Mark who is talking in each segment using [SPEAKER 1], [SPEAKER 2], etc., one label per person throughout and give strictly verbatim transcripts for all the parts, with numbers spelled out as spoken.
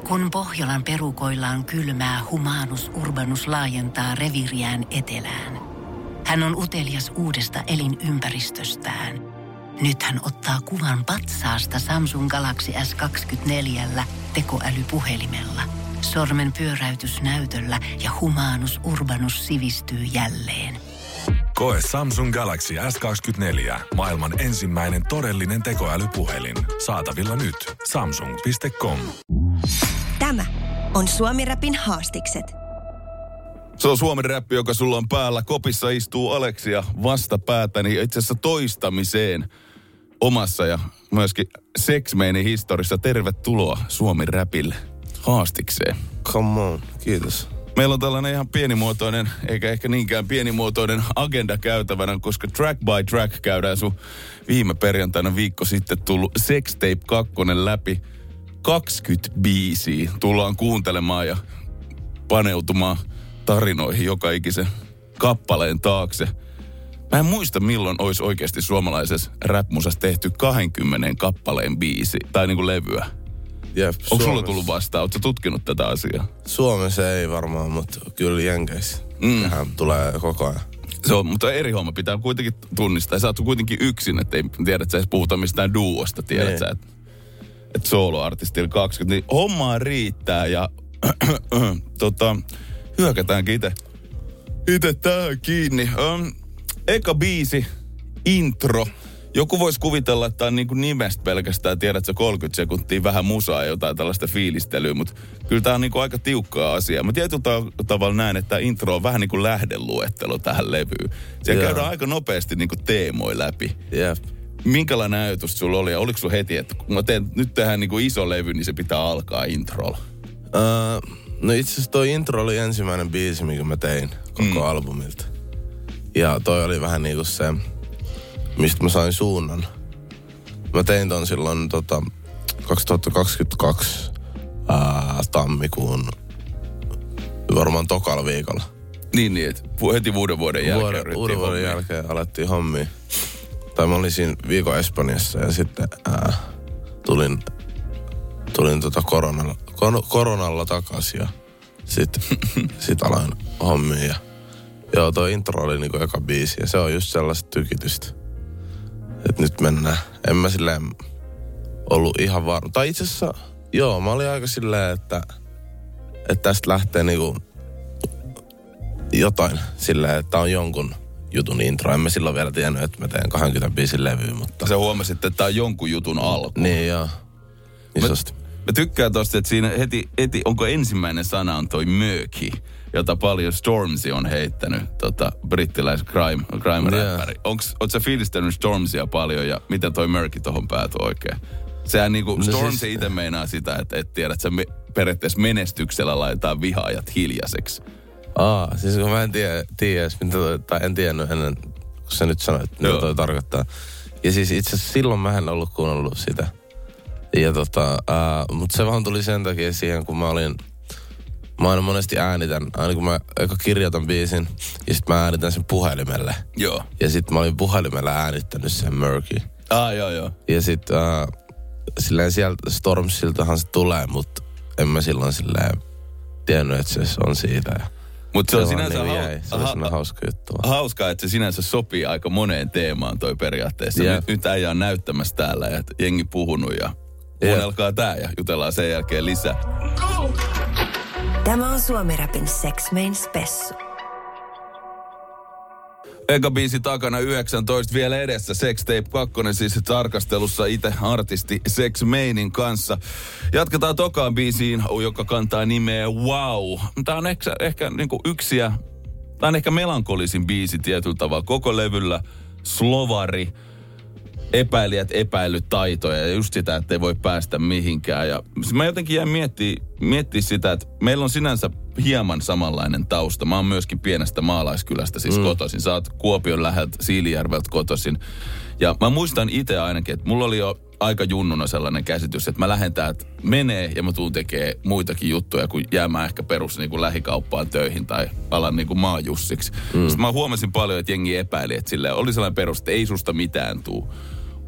[SPEAKER 1] Kun Pohjolan perukoillaan kylmää, Humanus Urbanus laajentaa reviiriään etelään. Hän on utelias uudesta elinympäristöstään. Nyt hän ottaa kuvan patsaasta Samsung Galaxy S kaksikymmentäneljä tekoälypuhelimella. Sormen pyöräytys näytöllä ja Humanus Urbanus sivistyy jälleen.
[SPEAKER 2] Koe Samsung Galaxy S kaksikymmentäneljä. Maailman ensimmäinen todellinen tekoälypuhelin. Saatavilla nyt. samsung piste com.
[SPEAKER 3] Tämä on Suomi Rapin haastikset.
[SPEAKER 4] Se on Suomen räppi, joka sulla on päällä. Kopissa istuu Aleksia vastapäätäni itse asiassa toistamiseen omassa ja myöskin Sex-Mainin historiassa. Tervetuloa Suomen räpille haastikseen.
[SPEAKER 5] Come on, kiitos.
[SPEAKER 4] Meillä on tällainen ihan pienimuotoinen, eikä ehkä niinkään pienimuotoinen agenda käytävänä, koska track by track käydään sun viime perjantaina viikko sitten tullut Sextape kaksi läpi. kaksikymmentä biisiä tullaan kuuntelemaan ja paneutumaan tarinoihin joka ikisen kappaleen taakse. Mä en muista, milloin olisi oikeasti suomalaisessa rap-musassa tehty kaksikymmentä kappaleen biisi tai niinku levyä.
[SPEAKER 5] Jep,
[SPEAKER 4] onko sulla tullut vastaan? Ootko tutkinut tätä asiaa?
[SPEAKER 5] Suomessa ei varmaan, mutta kyllä Jenkeissä. Mm. Tähän tulee koko ajan.
[SPEAKER 4] Se on, mutta eri homma pitää kuitenkin tunnistaa. Sä oot kuitenkin yksin, että ei tiedä, että sä edes puhuta mistään duosta. Tiedät niin. Sä, että et soloartistilla kaksikymmentä. Niin hommaa riittää ja tota, hyökätäänkin itse. Itse tähän kiinni. Um, eka biisi, intro. Joku voisi kuvitella, että tämä on niin kuin nimestä pelkästään, tiedät sä kolmekymmentä sekuntia vähän musaa ja jotain tällaista fiilistelyä, mutta kyllä tämä on niin kuin aika tiukkaa asiaa. Mä tietyllä tavalla näen, että tämä intro on vähän niin kuin lähdeluettelo tähän levyyn. Siellä yeah. käydään aika nopeasti niin kuin teemoja läpi.
[SPEAKER 5] Yeah.
[SPEAKER 4] Minkälainen ajatus sulla oli ja oliko sun heti, että kun mä teen, nyt tehdään niin kuin iso levy, niin se pitää alkaa introlla?
[SPEAKER 5] Uh, no itse asiassa toi intro oli ensimmäinen biisi, minkä mä tein koko mm. albumilta. Ja toi oli vähän niin kuin se, mistä mä sain suunnan. Mä tein ton silloin tota, kaksituhattakaksikymmentäkaksi ää, tammikuun varmaan tokalla viikolla.
[SPEAKER 4] Niin, niin, että heti uuden vuoden jälkeen.
[SPEAKER 5] Vuoden, uuden vuoden jälkeen alettiin hommia. Tai mä olin siinä viikon Espanjassa ja sitten ää, tulin, tulin tota koronalla, kor, koronalla takaisin ja sitten sit aloin hommia. Ja, joo, toi intro oli niinku eka biisi ja se on just sellaista tykitystä. Että nyt mennään. En mä silleen ollut ihan varma. Tai itse asiassa, joo, mä olin aika silleen, että, että tästä lähtee niinku jotain silleen, että on jonkun jutun intro. En mä silloin vielä tiennyt, että mä teen kaksikymmentä biisin levyä, mutta
[SPEAKER 4] sä huomasit, että tää on jonkun jutun alku.
[SPEAKER 5] Niin joo, isosti.
[SPEAKER 4] Mä, mä tykkään tosta, että siinä heti, heti, onko ensimmäinen sana on toi mööki, jota paljon Stormzy on heittänyt, tota, brittiläis crime, crime-räppäri. Yeah. Oot sä fiilistänyt Stormzya paljon ja miten toi Murky tohon päätyi oikein? Sehän niinku, no Stormzy siis itse meinaa sitä, että et tiedä, että sä me, periaatteessa menestyksellä laitetaan vihaajat hiljaiseksi.
[SPEAKER 5] Aa, siis kun mä en tiedä, tiedä mitä, tai en tiennyt ennen, kun sä nyt sanoit, mitä toi tarkoittaa. Ja siis itse asiassa silloin mä en ollut kuunnellut sitä. Ja tota, uh, mutta se vaan tuli sen takia siihen, kun mä olin, mä aina monesti äänitän, aina kun mä eka kirjoitan biisin, ja sit mä äänitän sen puhelimelle.
[SPEAKER 4] Joo.
[SPEAKER 5] Ja sit mä olin puhelimella äänittänyt sen Murky.
[SPEAKER 4] Ah, joo, joo.
[SPEAKER 5] Ja sit uh, silleen sieltä Stormzyltahan se tulee, mutta en mä silloin silleen tiennyt, että se on siitä. Ja
[SPEAKER 4] mutta se on
[SPEAKER 5] se
[SPEAKER 4] sinänsä
[SPEAKER 5] niin
[SPEAKER 4] hau-
[SPEAKER 5] jäi. Se ha- on hauska juttu.
[SPEAKER 4] Hauskaa, että se sinänsä sopii aika moneen teemaan toi periaatteessa.
[SPEAKER 5] Yeah.
[SPEAKER 4] Nyt, nyt äijä on näyttämässä täällä ja jengi puhunut ja kuunnelkaa tää ja jutellaan sen jälkeen lisää.
[SPEAKER 3] Tämä on Suomi Rapin Sex-Main Spessu.
[SPEAKER 4] Eka biisi takana yhdeksäntoista vielä edessä. Sextape kaksi siis tarkastelussa itse artisti Sex-Mainin kanssa. Jatketaan tokaan biisiin, joka kantaa nimeä Wow. Tää on ehkä, ehkä niinku yksiä, tää on ehkä melankolisin biisi tietyllä tavalla. Koko levyllä slovari, epäilijät epäillyt taitoja ja just sitä, että ei voi päästä mihinkään. Ja mä jotenkin jäin miettimään miettiä sitä, että meillä on sinänsä hieman samanlainen tausta. Mä oon myöskin pienestä maalaiskylästä siis mm. kotoisin. Sä oot Kuopion läheltä Siilijärveltä kotoisin. Ja mä muistan itse ainakin, että mulla oli jo aika junnuna sellainen käsitys, että mä lähden täältä menee ja mä tuun tekee muitakin juttuja, kuin jäämään ehkä perus niin kuin lähikauppaan töihin tai alan niin kuin maajussiksi. Mm. Sitten mä huomasin paljon, että jengi epäili, että sille oli sellainen perus, että ei susta mitään tuu.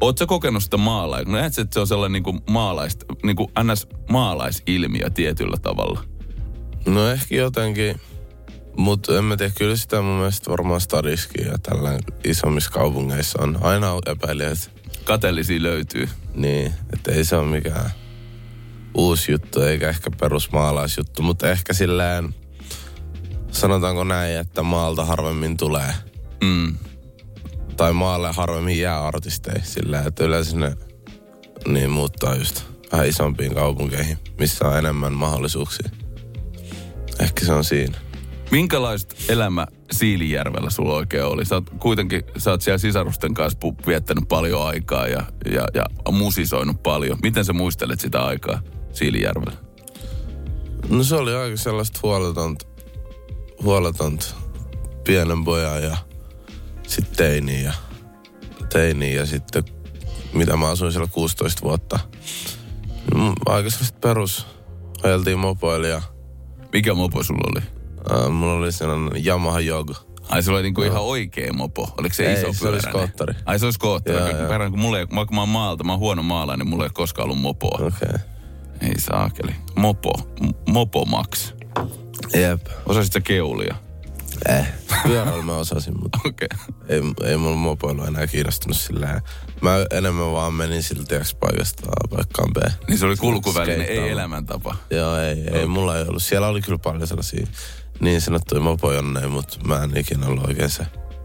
[SPEAKER 4] Oot sä kokenut sitä maalaa? Näet sä, että se on sellainen niin kuin maalaist, niin kuin ns. Maalaisilmiö tietyllä tavalla?
[SPEAKER 5] No ehkä jotenkin, mutta en mä tiedä, kyllä sitä mun mielestä varmaan stadiskin ja tällä isommissa kaupungeissa on aina epäilijät.
[SPEAKER 4] Kateellisia löytyy.
[SPEAKER 5] Niin, että ei se ole mikään uusi juttu eikä ehkä perusmaalaisjuttu, mutta ehkä silleen, sanotaanko näin, että maalta harvemmin tulee.
[SPEAKER 4] Mm.
[SPEAKER 5] Tai maalle harvemmin jää artisteja silleen, että yleensä ne niin muuttaa just vähän isompiin kaupunkeihin, missä on enemmän mahdollisuuksia. Ehkä se on siinä.
[SPEAKER 4] Minkälaista elämä Siilinjärvellä sulla oikein oli? Sä oot kuitenkin, sä oot siellä sisarusten kanssa pu- viettänyt paljon aikaa ja, ja, ja musisoinut paljon. Miten sä muistelet sitä aikaa Siilinjärvellä?
[SPEAKER 5] No se oli aika sellaista huoletonta, huoletonta pienen pojan ja sitten teini ja, teini ja sitten mitä mä asuin siellä kuusitoista vuotta. Aika sellaista perus. Ajeltiin mopoilla ja...
[SPEAKER 4] Mikä mopo sulla oli?
[SPEAKER 5] Uh, mulla oli sellainen Yamaha Yoga.
[SPEAKER 4] Ai se oli niinku ihan oikea mopo. Oliko se
[SPEAKER 5] ei,
[SPEAKER 4] iso
[SPEAKER 5] se oli skootteri.
[SPEAKER 4] Ai se oli skootteri.
[SPEAKER 5] Joo,
[SPEAKER 4] Perään, kun mulla ei, vaikka mä oon maalta, mä oon huono maalainen, niin mulla ei koskaan ollut mopoa.
[SPEAKER 5] Okei. Okay.
[SPEAKER 4] Ei saakeli. Mopo. M- mopo Max.
[SPEAKER 5] Jep.
[SPEAKER 4] Osasit sä keulia?
[SPEAKER 5] Eh. Pyörällä mä osasin, mutta
[SPEAKER 4] okay.
[SPEAKER 5] ei, ei mulla mopoilu enää kiinnostunut sillä. Mä enemmän vaan menin silti paikasta paikkaan B.
[SPEAKER 4] Niin se oli kulkuväline, ei elämäntapa.
[SPEAKER 5] Joo, ei, ei mulla ei ollut. Siellä oli kyllä paljon sellaisia niin sanottuja mopojonneja, mutta mä en ikinä ollut oikein se.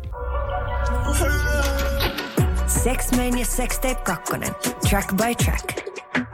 [SPEAKER 3] Sex Mania Sextape kakkonen. Track by track.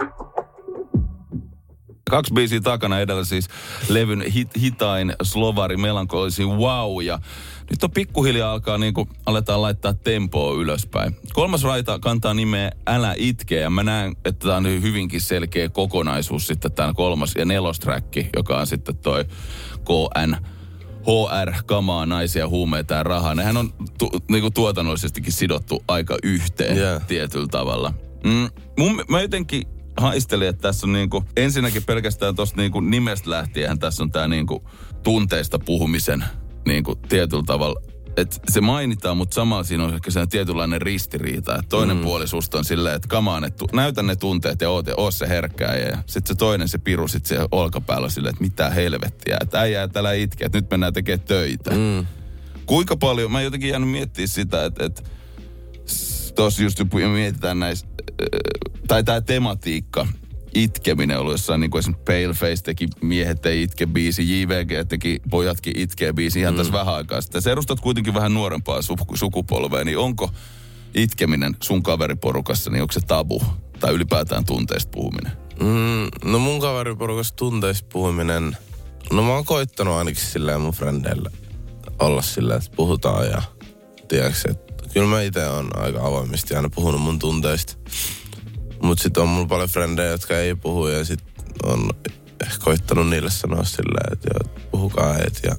[SPEAKER 4] Kaksi biisiä takana edellä siis levyn hit, hitain, slovari, melankolisin wow. Ja nyt on pikkuhiljaa alkaa niinku, aletaan laittaa tempoa ylöspäin. Kolmas raita kantaa nimeä Älä itke ja mä näen, että tää on hyvinkin selkeä kokonaisuus sitten tämän kolmas ja nelosträkki, joka on sitten toi K N H R, kamaa, naisia, huumeita ja rahaa. Nehän on tu, niinku tuotannollisestikin sidottu aika yhteen yeah. tietyllä tavalla. Mm, mun, mä jotenkin haistelin, että tässä on niinku, ensinnäkin pelkästään tuosta niinku nimestä lähtien tässä on tää niinku tunteista puhumisen niinku tietyllä tavalla. Että se mainitaan, mutta samalla siinä on ehkä sellainen tietynlainen ristiriita. Että toinen mm. puoli susta on silleen, että kamaan, että näytä ne tunteet ja oot, oot se herkkää. Ja sitten se toinen, se piru sit siellä olkapäällä silleen, että mitä helvettiä. Että äijää, että älä itke, että nyt mennään tekemään töitä. Mm. Kuinka paljon, mä jotenkin jäänyt miettiä sitä, että, että tuossa just mietitään näistä, tai tämä tematiikka, itkeminen ollut jossain, niin kuin esimerkiksi Paleface teki Miehet ei itke -biisi, J V G teki Pojatkin itkee -biisi ihan mm. tässä vähän aikaa sitten. Sä edustat kuitenkin vähän nuorempaa su- sukupolvea, niin onko itkeminen sun kaveriporukassa, niin onko se tabu? Tai ylipäätään tunteista puhuminen?
[SPEAKER 5] Mm, no mun kaveriporukassa tunteista puhuminen, no mä oon koittanut ainakin silleen mun frendeillä olla silleen, että puhutaan ja tiedätkö, että kyllä mä itse on aika avoimesti aina puhunut mun tunteista. Mut sit on mulla paljon frendejä, jotka ei puhu ja sit on ehkä koittanut niille sanoa silleen, että joo, puhukaa et. Ja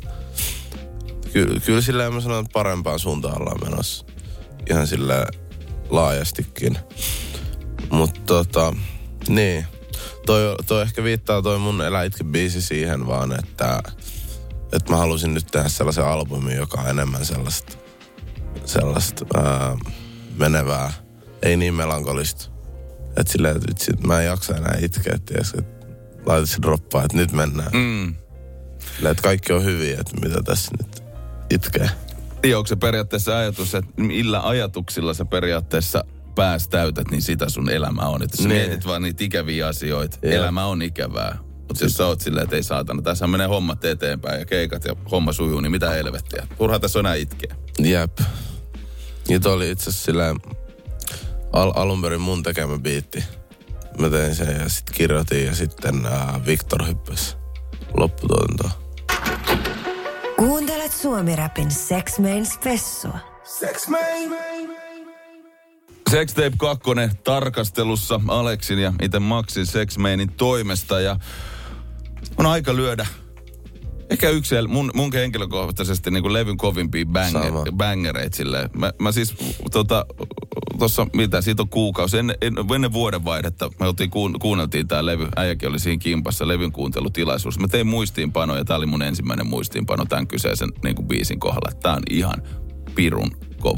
[SPEAKER 5] ky- kyllä silleen mä sanon, että parempaan suuntaan ollaan menossa. Ihan silleen laajastikin. Mut tota, niin. Toi, toi ehkä viittaa toi mun Älä itke -biisi siihen vaan, että, että mä halusin nyt tehdä sellaisen albumin, joka on enemmän sellaista, sellaista ää, menevää, ei niin melankolista. Että silleen, että vitsi, mä en jaksa enää itkeä, että laitat se droppaa, että nyt mennään. Mm. Silleen, että kaikki on hyviä, että mitä tässä nyt itkee.
[SPEAKER 4] Joo, onko se periaatteessa ajatus, että millä ajatuksilla sä periaatteessa pääs täytät, niin sitä sun elämä on. Että sä niin. mietit vaan niitä ikäviä asioita, ja. elämä on ikävää. Mutta jos sä oot silleen, että ei saatana, tässä menee hommat eteenpäin ja keikat ja homma sujuu, niin mitä helvettiä. Turha tässä on enää itkeä.
[SPEAKER 5] Jep. Ja toi oli itse asiassa silleen al- alun perin mun tekemä biitti. Mä tein sen ja sitten kirjoitin ja sitten äh, Victor hyppäsi lopputuotantoon.
[SPEAKER 3] Kuuntelet Suomi-rapin Sex Main Spessua.
[SPEAKER 6] Sex Main.
[SPEAKER 4] Sextape kakkonen tarkastelussa Aleksin ja itse Maxin Sex Mainin toimesta ja on aika lyödä. Ehkä yksi mun, mun henkilökohtaisesti niin kuin levyn kovimpia banger, bangereita silleen. Mä, mä siis tota, tossa mitä, siitä on kuukausi. Ennen, ennen vuodenvaihdetta me oltiin, kuun, kuunneltiin tää levy. Äijäkin oli siinä kimpassa levyn kuuntelutilaisuus. Mä tein muistiinpanoja ja tää oli mun ensimmäinen muistiinpano tämän kyseisen niin kuin biisin kohdalla. Tää on ihan pirun kova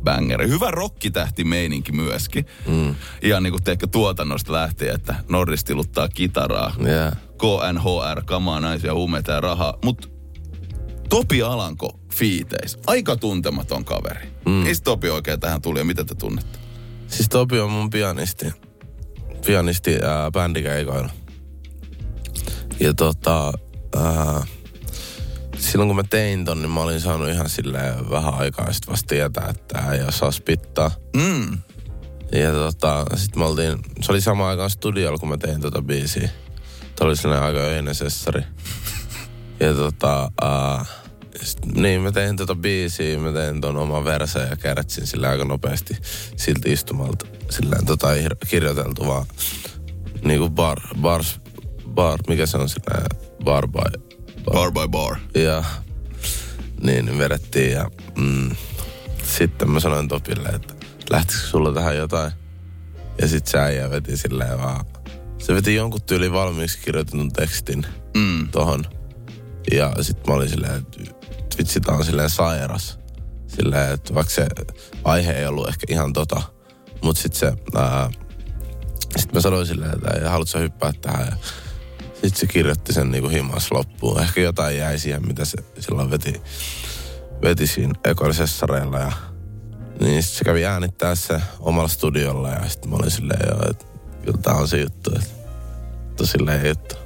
[SPEAKER 4] bangeri. Hyvä rokkitähti meininki myöskin. Mm. Ihan niin kuin teikö tuotannosta lähtien, että Norris tiluttaa kitaraa.
[SPEAKER 5] Yeah.
[SPEAKER 4] K N H R, kamaa, naisia, huumeita ja rahaa. Mutta Topi Alanko fiiteis. Aika tuntematon kaveri. Mm. Mistä Topi oikein tähän tuli ja mitä te tunnette?
[SPEAKER 5] Siis Topi on mun pianisti. Pianisti ää, bändikeikoilla. Ja tota... Ää, silloin kun mä tein ton, niin mä olin saanut ihan silleen vähän aikaa sit vasta tietää, että ei osaa spittaa. Mm. Ja tota, sit me oltiin, se oli samaan aikaan studiolla, kun mä tein tota biisiä. Tämä oli sellainen aika öinen sessari. Ja tota, uh, sit, niin mä tein tota biisiä, mä tein ton oman verseen ja kärtsin sillä aika nopeasti siltä istumalta. Silleen tota kirjoiteltu vaan niinku bar, bars, bar, mikä se on silleen, bar by
[SPEAKER 4] bar. Bar by bar.
[SPEAKER 5] Ja niin, niin vedettiin ja mm, sitten mä sanoin Topille, että lähtisikö sulla tähän jotain? Ja sit se äijä veti silleen vaan, se veti jonkun tyyli valmiiksi kirjoitetun tekstin mm. tohon. Ja sit mä olin silleen, että vitsi, tää on silleen sairas. Silleen, että vaikka se aihe ei ollut ehkä ihan tota, mut sit se, ää, sit mä sanoin silleen, että haluatko sä hyppää tähän ja sitten se kirjoitti sen niinku himas loppuun. Ehkä jotain jäi siihen, mitä se silloin veti, veti siinä ekoilisessareilla. Ja niin sitten se kävi äänittää se omalla studiolla. Ja sitten mä olin silleen joo, että kyllä tää on se juttu. Että tosilleen juttu.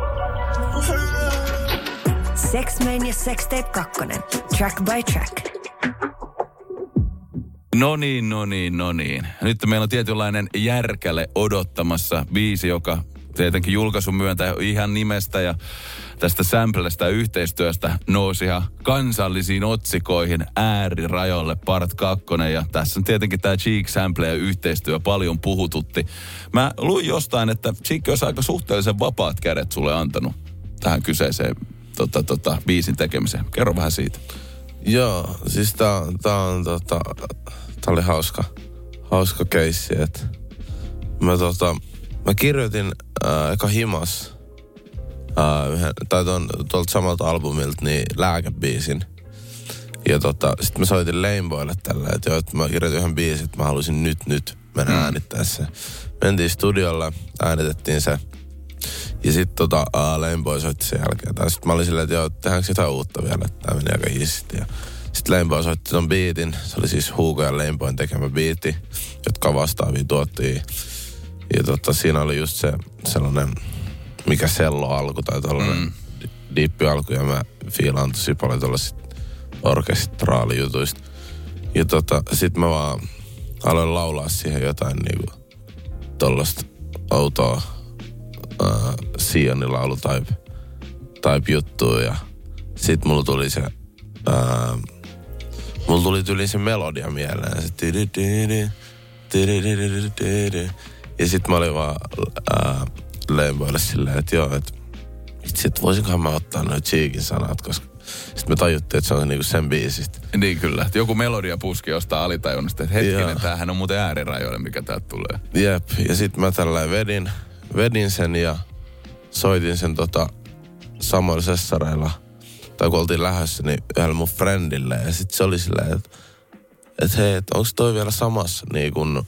[SPEAKER 3] Sex Mania Sextape kaksi. Track by track.
[SPEAKER 4] No niin, no niin, no niin. Nyt meillä on tietynlainen järkäle odottamassa biisi, joka tietenkin julkaisun myöntä ihan nimestä ja tästä samplestä yhteistyöstä nousi ihan kansallisiin otsikoihin äärirajoille part kakkonen. Ja tässä on tietenkin tämä Cheek sample ja yhteistyö paljon puhututti. Mä luin jostain, että Cheek olisi aika suhteellisen vapaat kädet sulle antanut tähän kyseiseen tota, tota, biisin tekemiseen. Kerro vähän siitä.
[SPEAKER 5] Joo, siis tää, tää on tota, tää oli hauska, hauska keissi, että mä tota, mä kirjoitin äh, eka himas, äh, yhden, tai tuon, tuolta samalta albumilta, niin lääkebiisin. Ja tota, sit mä soitin Lameboylle tällä, että joo, että mä kirjoitin yhden biisin, että mä halusin nyt, nyt mennä mm. äänittää se. Mentiin studiolle, äänitettiin se. Ja sit tota, äh, Lameboy soitti sen jälkeen. Tai sit mä olin silleen, että joo, tehdäänkö jotain uutta vielä, että tää meni aika hiisisti. Ja sit Lameboy soitti ton biitin, se oli siis Hugo ja Lameboyn tekemä biitti, jotka vastaavia tuottiin. Ja tota, siinä oli just se sellainen, mikä sello-alku tai tollainen mm. diippi-alku. Ja mä fiilaan tosi paljon tollaisista orkestraalijutuista. Ja tota, sit mä vaan aloin laulaa siihen jotain niinku tollaista outoa uh, Sionin-laulu type, type juttua. Ja sit mulla tuli se, uh, mulla tuli tuli se melodia mieleen. Se tidididi, tidididi. Ja sit mä olin vaan ää, Lameboylle silleen, että joo, että itse, että voisinkohan mä ottaa noin Cheekin sanat, koska sit me tajuttiin, että se on niinku sen biisistä.
[SPEAKER 4] Niin kyllä, että joku melodia puski jostain alitajunnasta, että hetkinen, joo. Tämähän on muuten äärirajoille, mikä täältä tulee.
[SPEAKER 5] Jep, ja sit mä tällä vedin, vedin sen ja soitin sen tota samoilla sessareilla, tai kun oltiin lähdössä, niin yhdellä mun friendille, ja sit se oli silleen, että et hei, että onks toi vielä samassa niin kun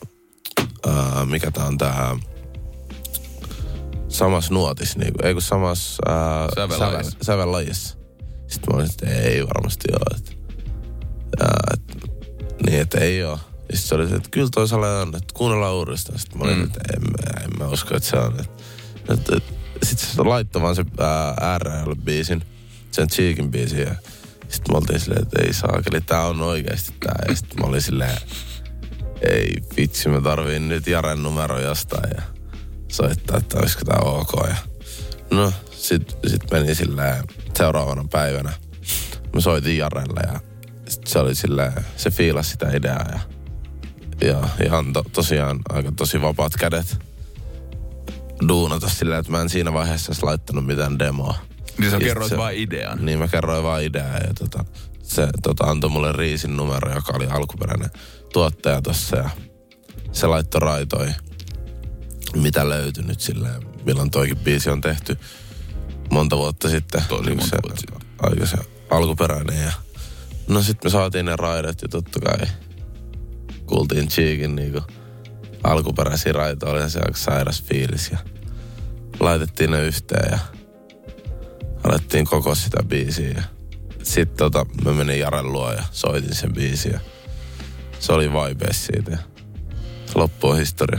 [SPEAKER 5] Uh, mikä tää on tää samassa nuotis, niinku, ei kun samassa uh, sävellajissa. sävellajissa. Sitten mä olin, että ei varmasti oo. Et, uh, et, niin, että ei oo. Ja sit se oli, että kyllä toi sale on, että kuunnellaan uudestaan. Sitten mä olin, mm. että en, en mä usko, että se on. Et, et, et, sitten se laittoi vaan se uh, R L biisin, sen Cheekin biisin. Ja sitten mä oltiin silleen, että ei saakeli, tää on oikeesti tää. Ja sitten mä olin silleen, ei vitsi, mä tarviin nyt Jaren numero jostain ja soittaa, että olisiko tää ok. Ja no, sit, sit meni silleen seuraavana päivänä. Mä soitin Jarelle ja sit se oli silleen, se fiilasi sitä ideaa ja, ja ihan to, tosiaan aika tosi vapaat kädet duunata silleen, että mä en siinä vaiheessa edes laittanut mitään demoa.
[SPEAKER 4] Niin sä kerroit se, vaan idean.
[SPEAKER 5] Niin mä kerroin vaan ideaa ja tota, se tota, antoi mulle Riisin numero, joka oli alkuperäinen tuottaja tossa ja se laittoi raitoi, mitä löytyi nyt silleen, milloin toikin biisi on tehty monta vuotta sitten.
[SPEAKER 4] Tosi monta
[SPEAKER 5] se,
[SPEAKER 4] vuotta sitten.
[SPEAKER 5] Aika se alkuperäinen ja no sit me saatiin ne raidat ja totta kai kuultiin Cheekin niinku alkuperäisiä raitoja, oli se aika sairas fiilis ja laitettiin ne yhteen ja alettiin koko sitä biisiä ja sitten tota, mä menin Jaren luo ja soitin sen biisin ja se oli vibes siitä ja loppu on historia.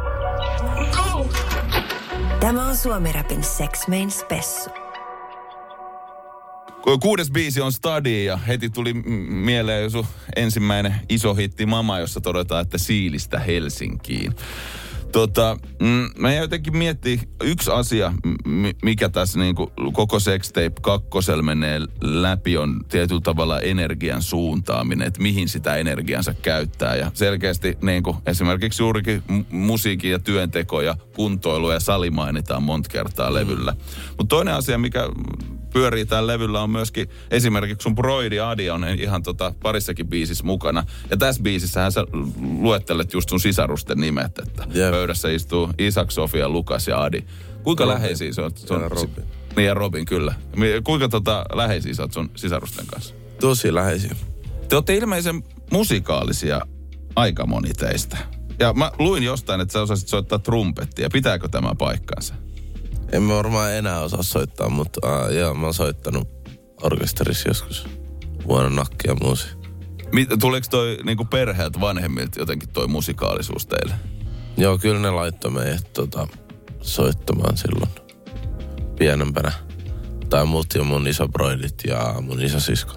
[SPEAKER 3] Tämä on Suomi-rapin Sex Main Spessu.
[SPEAKER 4] Kuudes biisi on Stadi ja heti tuli mieleen sun ensimmäinen iso hitti Mama, jossa todetaan, että Siilistä Helsinkiin. Tota, mm, mä jotenkin miettii yksi asia, mikä tässä niinku koko Sextape kakkosella menee läpi, on tietyllä tavalla energian suuntaaminen, että mihin sitä energiansa käyttää. Ja selkeästi niinku esimerkiksi juurikin musiikin ja työnteko ja kuntoilu ja sali mainitaan monta kertaa levyllä. Mutta toinen asia, mikä pyörii täällä levyllä on myöskin esimerkiksi sun broidi Adi on ihan tota parissakin biisissä mukana. Ja tässä biisissähän sä luettelet just sun sisarusten nimet, että yep. Pöydässä istuu Isak, Sofia, Lukas ja Adi. Kuinka Robin. Läheisiä sä oot? Sun,
[SPEAKER 5] ja Robin.
[SPEAKER 4] Niin ja Robin, kyllä. Kuinka tota läheisiä sä oot sun sisarusten kanssa?
[SPEAKER 5] Tosi läheisiä.
[SPEAKER 4] Te ootte ilmeisen musikaalisia, aika moni teistä. Ja mä luin jostain, että sä osasit soittaa trumpettia. Pitääkö tämä paikkaansa?
[SPEAKER 5] En mä varmaan enää osaa soittaa, mutta uh, joo, mä oon soittanut orkesterissa joskus vuonna nakki ja muusi.
[SPEAKER 4] Tuleeko toi niinku perheeltä vanhemmilta jotenkin toi musikaalisuus teille?
[SPEAKER 5] Joo, kyllä ne laittoi meidät tota, soittamaan silloin pienempänä. Tai mut ja mun isobroidit ja mun isosisko.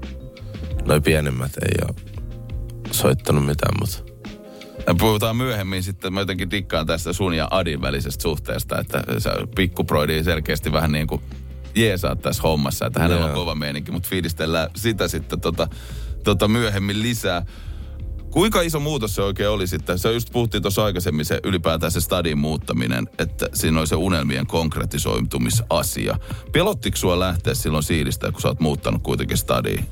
[SPEAKER 5] Noi pienemmät ei ole soittanut mitään, mutta
[SPEAKER 4] puhutaan myöhemmin sitten, mä jotenkin dikkaan tästä sun ja Adin välisestä suhteesta, että sä pikkuproidi selkeästi vähän niin kuin jeesaat tässä hommassa, että hänellä yeah. on kova meininki, mutta fiilistellään sitä sitten tota, tota myöhemmin lisää. Kuinka iso muutos se oikein oli sitten? Se just puhuttiin tuossa aikaisemmin se ylipäätään se stadin muuttaminen, että siinä oli se unelmien konkretisoitumisasia. Pelottiko sua lähteä silloin Siilistä, kun sä oot muuttanut kuitenkin stadiin?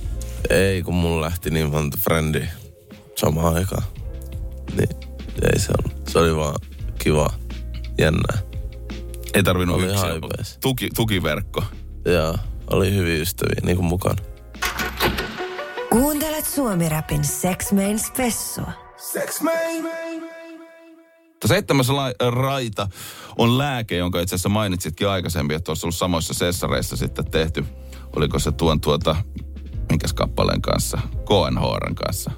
[SPEAKER 5] Ei, kun mulla lähti niin monta frendiä samaan aikaan. Niin, ei se ollut. Se oli vaan kiva, jännää.
[SPEAKER 4] Ei tarvinnut
[SPEAKER 5] oli
[SPEAKER 4] yksin. Tuki, tukiverkko.
[SPEAKER 5] Joo, oli hyviä ystäviä niin kuin mukana.
[SPEAKER 3] Kuuntelet Suomi-rapin Sex Main Spessua.
[SPEAKER 4] Sex Main. Seitsemäs la- raita on lääke, jonka itse asiassa mainitsitkin aikaisemmin, että olisi ollut samoissa sessareissa sitten tehty. Oliko se tuon tuota, minkäs kappaleen kanssa? K N H:n kanssa.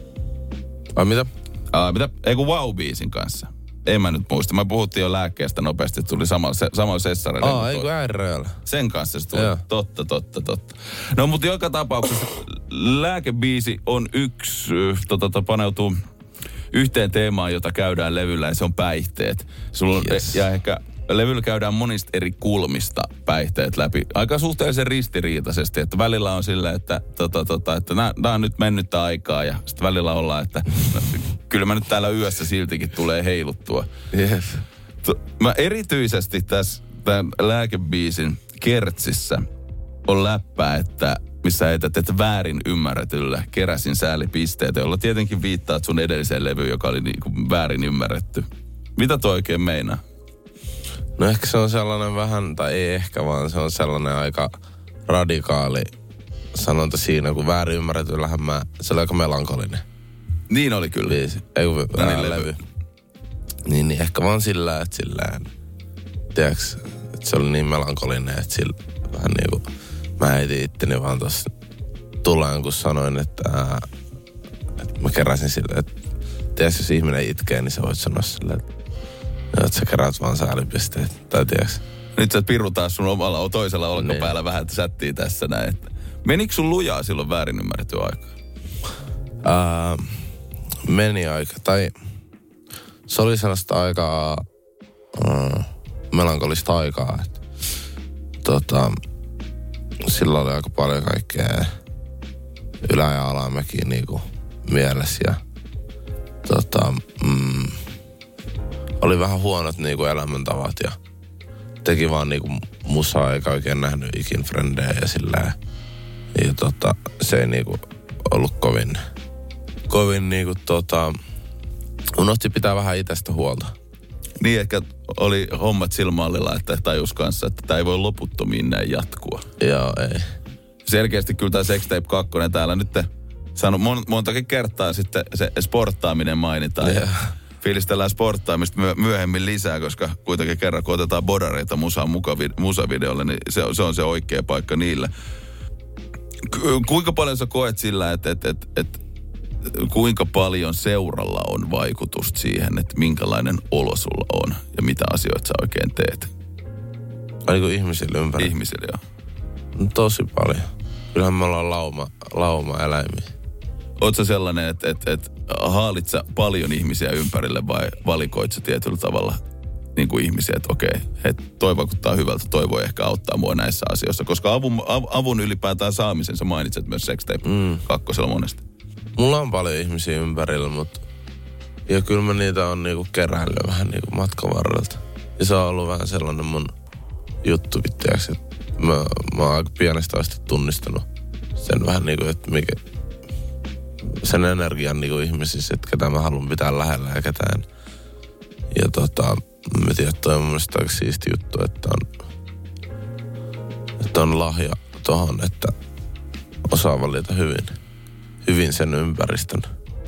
[SPEAKER 5] Ai mitä?
[SPEAKER 4] Uh, mitä? Ei kun Wow-biisin kanssa. En mä nyt muista. Mä puhuttiin jo lääkkeestä nopeasti. Tuli samalla, se, samalla sessarilla.
[SPEAKER 5] Aa, ei kun äärellä.
[SPEAKER 4] Sen kanssa se tuli. Joo. Totta, totta, totta. No, mutta joka tapauksessa lääkebiisi on yksi, tota, tota, paneutuu yhteen teemaan, jota käydään levyllä, ja se on päihteet. Sulla on, yes. Ja ehkä levyllä käydään monista eri kulmista päihteet läpi. Aika suhteellisen ristiriitaisesti, että välillä on sillä, että, tota, tota, että nämä on nyt mennyttä aikaa, ja sitten välillä ollaan, että no, kyllä mä nyt täällä yössä siltikin tulee heiluttua.
[SPEAKER 5] Yes.
[SPEAKER 4] Mä erityisesti tässä tämän lääkebiisin kertsissä on läppää, että missä heität, että väärin ymmärretyllä keräsin säälipisteitä, jolla tietenkin viittaat sun edelliseen levyyn, joka oli niin kuin väärin ymmärretty. Mitä toi oikein meinaa?
[SPEAKER 5] No ehkä se on sellainen vähän, tai ei ehkä vaan, se on sellainen aika radikaali sanonta siinä, kun väärin ymmärretyllähän mä, se oli aika melankolinen.
[SPEAKER 4] Niin oli kyllä.
[SPEAKER 5] Biisi. Ei kun
[SPEAKER 4] no niin,
[SPEAKER 5] levy. levy. Niin, niin ehkä vaan sillä, että sillä, tiedätkö, että se oli niin melankolinen, että sillä vähän niin kuin, mä heitin itteni vaan tossa tuleen, kun sanoin, että, ää, että mä keräsin sille, että tiedätkö, jos ihminen itkee, niin sä voit sanoa silleen, että että sä kerät vaan säälipisteet, tai tiedätkö?
[SPEAKER 4] Nyt sä pirutaan sun omalla toisella olkapäällä
[SPEAKER 5] niin.
[SPEAKER 4] Vähän, että sättii tässä näin. Että menikö sun lujaa silloin väärin ymmärretty aikaa?
[SPEAKER 5] Ää, meni aika, tai se oli sellaista aikaa, äh, melankolista aikaa, että tota, sillä oli aika paljon kaikkea ylä- ja alamäkiä niinku mielessä ja tota, mm, oli vähän huonot niinku elämäntavat ja teki vaan niinku musaa eikä oikein nähnyt ikin frendejä ja sillä ja tota, se ei niinku ollut kovin, kovin niinku tota, unohti pitää vähän itsestä huolta.
[SPEAKER 4] Niin, ehkä oli hommat silmallilla, että tajus kanssa, että tämä ei voi loputtomiin näin jatkua.
[SPEAKER 5] Joo, ei.
[SPEAKER 4] Selkeästi kyllä tämä Sextape kaksi täällä nyt saanut mon, montakin kertaa sitten se sporttaaminen mainitaan. Yeah. Ja fiilistellään sporttaamista myö, myöhemmin lisää, koska kuitenkin kerran kun otetaan bodareita musaan musavideolle, niin se, se on se oikea paikka niille. Kuinka paljon sä koet sillä, että et, et, et, kuinka paljon seuralla on vaikutusta siihen, että minkälainen olo sulla on ja mitä asioita sä oikein teet?
[SPEAKER 5] Oliko ihmisille ympäri?
[SPEAKER 4] Ihmisille, joo.
[SPEAKER 5] No, tosi paljon. Kyllähän me ollaan lauma, lauma-eläimiä.
[SPEAKER 4] Oot sä sellainen, että et, et, haalit sä paljon ihmisiä ympärille vai valikoit sä tietyllä tavalla niin kuin ihmisiä, että okei, että toi vaikuttaa hyvältä, toi voi ehkä auttaa mua näissä asioissa. Koska avun, av, avun ylipäätään saamisen sä mainitset myös Sextape mm. kakkosella monesti.
[SPEAKER 5] Mulla on paljon ihmisiä ympärillä, mutta ja kyllä mä niitä on niinku keräillyt vähän niinku matkan varrelta. Ja se on ollut vähän sellainen mun juttu, vittiäksi, että mä, mä oon aika pienestä asti tunnistanut sen vähän niinku, että mikä, sen energian niinku ihmisissä, että ketä mä haluan pitää lähellä ja ketään. Ja tota, mä tiedän, että toi on mun mielestä aika siisti juttu, että on, että on lahja tohon, että osaa valita hyvin, hyvin sen ympäristön.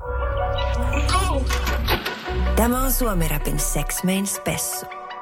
[SPEAKER 3] Tämä on Suomi-rapin Sex Main Spessu.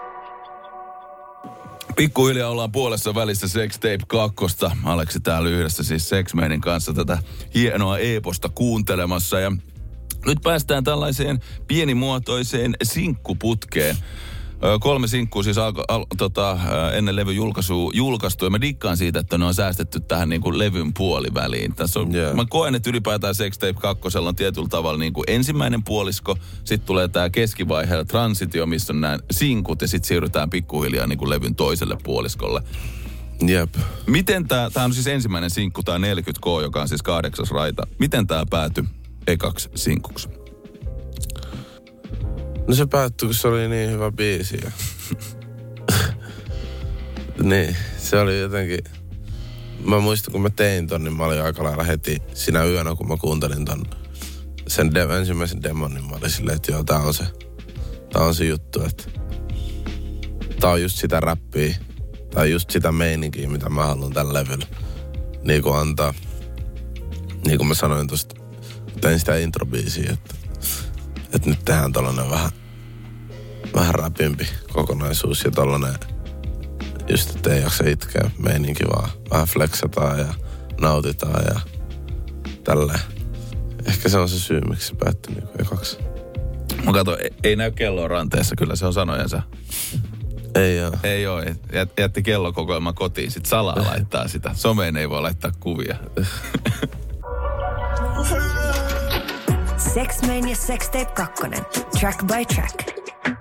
[SPEAKER 4] Pikkuhiljaa ollaan puolessa välissä Sextape kakkosta. Aleksi täällä yhdessä siis Sex Mainin kanssa tätä hienoa eeposta kuuntelemassa. Ja nyt päästään tällaiseen pienimuotoiseen sinkkuputkeen. Kolme sinkkua siis al, al, tota, ennen levyn julkaisua julkaistu. Ja mä dikkaan siitä, että ne on säästetty tähän niin kuin levyn puoliväliin. Tässä on, yeah. Mä koen, että ylipäätään Sextape kakkosella on tietyllä tavalla niin kuin ensimmäinen puolisko. Sitten tulee tää keskivaiheella transitio, missä on nämä sinkut. Ja sitten siirrytään pikkuhiljaa niin kuin levyn toiselle puoliskolle.
[SPEAKER 5] Jep.
[SPEAKER 4] Miten tää, tää on siis ensimmäinen sinkku, tää neljäkymmentä K, joka on siis kahdeksas raita. Miten tää päätyi ekaksi sinkuksi?
[SPEAKER 5] No se päättyi, kun se oli niin hyvä biisi. Niin, se oli jotenkin... Mä muistan, kun mä tein ton, niin mä olin aika lailla heti sinä yönä, kun mä kuuntelin ton sen de- ensimmäisen demon, niin mä olin silleen, että joo, tää on se, tää on se juttu, että tää on just sitä räppiä, tää on just sitä meininkiä, mitä mä haluan tällä levyllä niin kuin antaa. Niin kuin mä sanoin tosta, tein sitä intro-biisiä, että että nyt tehdään tollanen vähän, vähän räpimpi kokonaisuus ja tollanen, just ettei jaksa itkeä meininki, vaan vähän flexataan ja nautitaan ja tälleen. Ehkä se on se syy, miksi se päättyi niinku ekaksi.
[SPEAKER 4] Mä katson, ei näy kelloa ranteessa, kyllä se on sanojensa.
[SPEAKER 5] Ei oo.
[SPEAKER 4] Ei oo, jätti kellokokoelman kotiin, sit salaa laittaa sitä. Someen ei voi laittaa kuvia.
[SPEAKER 3] Sex Main ja Sextape kakkonen. Track by track.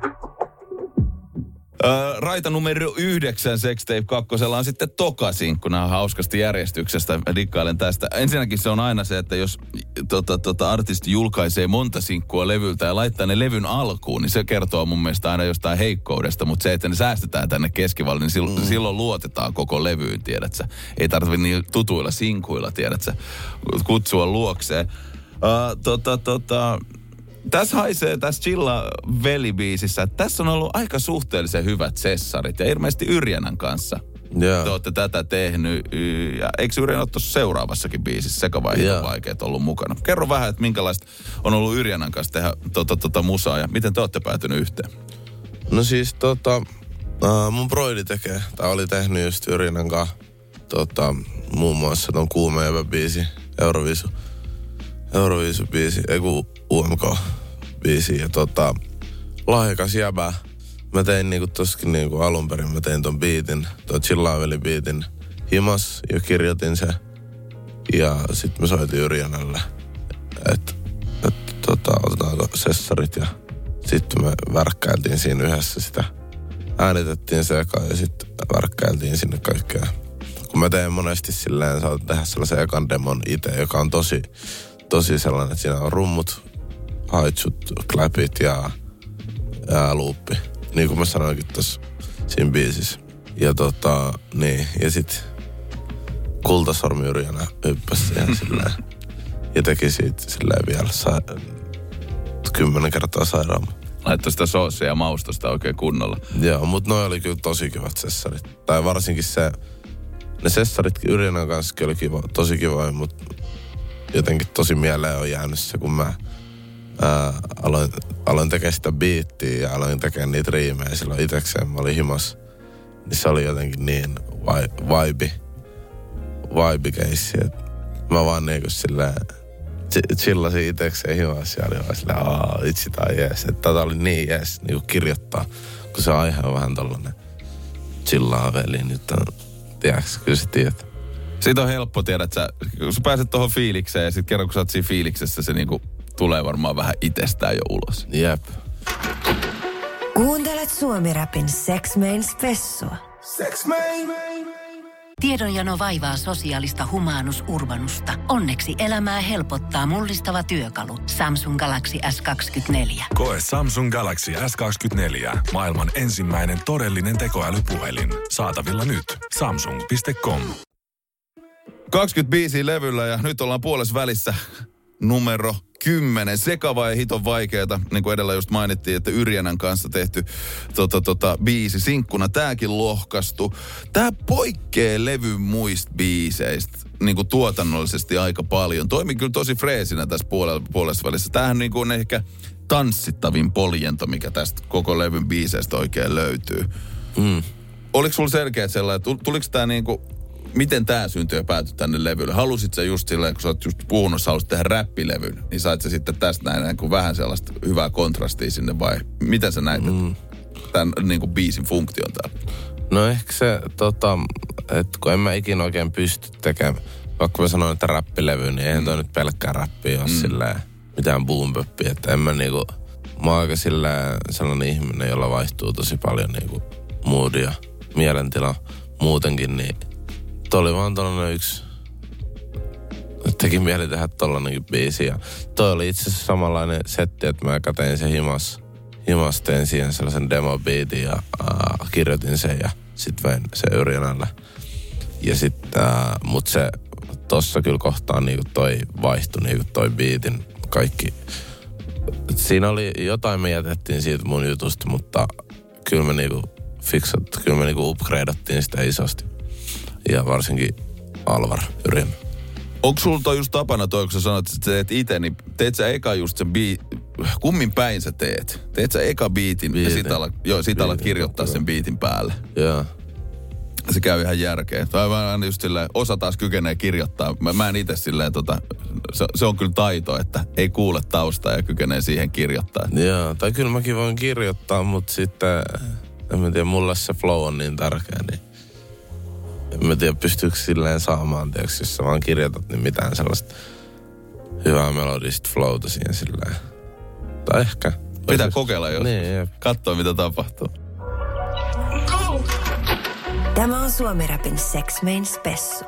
[SPEAKER 4] Öö, raita numero yhdeksän Sextape kakkosella on sitten toka sinkku. Nämä on hauskasti järjestyksestä. Mä dikkailen tästä. Ensinnäkin se on aina se, että jos tota, tota, artisti julkaisee monta sinkkua levyltä ja laittaa ne levyn alkuun, niin se kertoo mun mielestä aina jostain heikkoudesta. Mutta se, että ne säästetään tänne keskivalle, niin silloin, mm. silloin luotetaan koko levyyn, tiedätkö? Ei tarvitse niin tutuilla sinkuilla, tiedätkö? Kutsua luokseen. Uh, tota, tota, tässä haisee tässä Chilla velibiisissä, että tässä on ollut aika suhteellisen hyvät sessarit ja ilmeisesti Yrjänän kanssa. Yeah. Te olette tätä tehnyt ja eikö Yrjänä ole tuossa seuraavassakin biisissä Sekava yeah. vaikeat ollut mukana? Kerro vähän, että minkälaista on ollut Yrjänän kanssa tehdä tota, tota musaa ja miten te olette päätynyt yhteen?
[SPEAKER 5] No siis tota, uh, mun broidi tekee, tai oli tehnyt just Yrjänän kanssa tota, muun muassa ton Kuumeevä biisi, Euroviisu. Euroviisu-biisi, ei kun U M K-biisi. Ja tota, lahjakas jäbä. Mä tein niinku toskin niinku alun perin, mä tein ton biitin, ton Chillaaveli-biitin himas ja kirjoitin se. Ja sit mä soitin Yrjänälle, että et, tota, otetaanko sessarit. Ja sit me värkkäiltiin siinä yhdessä sitä. Äänitettiin se eka ja sit värkkäiltiin sinne kaikkea. Kun mä teen monesti silleen, saatan tehdä sellaisen ekan demon ite, joka on tosi... Tosi sellainen, että siinä on rummut, haitsut, kläpit ja, ja luuppi. Niin kuin mä sanoinkin tuossa siinä biisissä. Ja tota, niin. Ja sit Kultasormi Yrjänä hyppäsi siihen silleen. Ja teki siitä silleen vielä sa- kymmenen kertaa sairaamman.
[SPEAKER 4] Laittoi sitä soosia ja maustosta oikein kunnolla.
[SPEAKER 5] Joo, mutta noi oli kyllä tosi kivat sessarit. Tai varsinkin se, ne sessarit Yrjänän kanssa oli kiva, tosi kiva, mutta jotenkin tosi mieleen on jäänyt se, kun mä ää, aloin, aloin tekemään sitä biittiä ja aloin tekemään niitä riimejä silloin itekseen. Mä olin himas. Niin se oli jotenkin niin vibe, vibe-keissi, että mä vaan niinku silleen chillasin itekseen himas ja oli vaan silleen, aah, itse tai jees. Että tätä oli niin jees niinku kirjoittaa, kun se aihe on vähän tollanen chillaaveli. Nyt on, tiedäks, kyllä sä tiedät.
[SPEAKER 4] Siitä on helppo tiedä, että sä, kun sä pääset tohon fiilikseen ja sit kerran kun sä oot siinä fiiliksessä, se niinku tulee varmaan vähän itsestään jo ulos.
[SPEAKER 5] Jep.
[SPEAKER 3] Kuuntelet Suomi-rapin Sex Main Spessua. Sex Main.
[SPEAKER 1] Tiedonjano vaivaa sosiaalista humanus urbanusta. Onneksi elämää helpottaa mullistava työkalu. Samsung Galaxy S kaksikymmentäneljä.
[SPEAKER 2] Koe Samsung Galaxy S kaksikymmentäneljä. Maailman ensimmäinen todellinen tekoälypuhelin. Saatavilla nyt. samsung piste com.
[SPEAKER 4] kaksikymmentäviisi levyllä ja nyt ollaan puolessa välissä. Numero kymmenen. Sekava ja hiton vaikeeta. Niin kuin edellä just mainittiin, että Yrjänän kanssa tehty tota, tota, biisi sinkkuna. Tääkin lohkastu. Tää poikkeaa levyn muista biiseistä niin kuin tuotannollisesti aika paljon. Toimi kyllä tosi freesinä tässä puolessa välissä. Tämähän niin kuin on ehkä tanssittavin poljento, mikä tästä koko levyn biiseistä oikein löytyy. Mm. Oliko sulla selkeä sellainen, tuliko tää niin kuin miten tää syntyi ja päätyi tänne levylle? Halusit sä just silleen, kun sä oot just puhunut, sä halusit tehdä räppilevyn, niin sait sä sitten tästä näin, näin kuin vähän sellaista hyvää kontrastia sinne vai miten sä näit mm. tämän niin kuin biisin funktion täällä?
[SPEAKER 5] No ehkä se, tota, että kun en mä ikinä oikein pysty tekemään, vaikka mä sanoin, että räppilevy, niin eihän mm. toi nyt pelkkää räppiä ole mm. silleen mitään boom-böppiä, että en mä niinku, mä oon aika silleen sellainen ihminen, jolla vaihtuu tosi paljon niinku moodia, mielentila muutenkin, niin toi oli vaan tollanen yksi, teki mieli tehdä tollanenkin biisi. Ja toi oli itse asiassa samanlainen setti, että mä kätein sen himas, himas tein siihen sellaisen demobiitin ja äh, kirjoitin sen ja sit vein sen Yrjänällä. Ja sit, äh, mut se tossa kyllä kohtaa niinku toi vaihtui niinku toi biitin kaikki. Et siinä oli jotain, me jätettiin siitä mun jutusta, mutta kyllä me niinku fiksat, kyllä me niinku upgradeattiin sitä isosti. Ja varsinkin Alvar Yrjänä.
[SPEAKER 4] Onko sulta just tapana toi, kun sä sanot, että sä teet ite, niin teet sä eka just sen bii... Kummin päin sä teet? Teet sä eka biitin, biitin. ja sit alat, joo, sit alat kirjoittaa sen biitin päälle.
[SPEAKER 5] Joo.
[SPEAKER 4] Se käy ihan järkeä. Tai vaan just silleen, osa taas kykenee kirjoittaa. Mä, mä en ite silleen, tota, se, se on kyllä taito, että ei kuule taustaa ja kykenee siihen kirjoittaa.
[SPEAKER 5] Joo, tai kyllä mäkin voin kirjoittaa, mutta sitten, en mä tiedä, mulle se flow on niin tärkeä, niin en mä tiedä, pystyykö silleen saamaan, tiedätkö, jos sä vaan kirjoitat, niin mitään sellaista hyvää melodista flowta siihen silleen. Tai ehkä.
[SPEAKER 4] Pitää kokeilla jos.
[SPEAKER 5] Niin, jep.
[SPEAKER 4] Katsoa, mitä tapahtuu.
[SPEAKER 3] Tämä on Suomi-rapin Sex Main Spessu.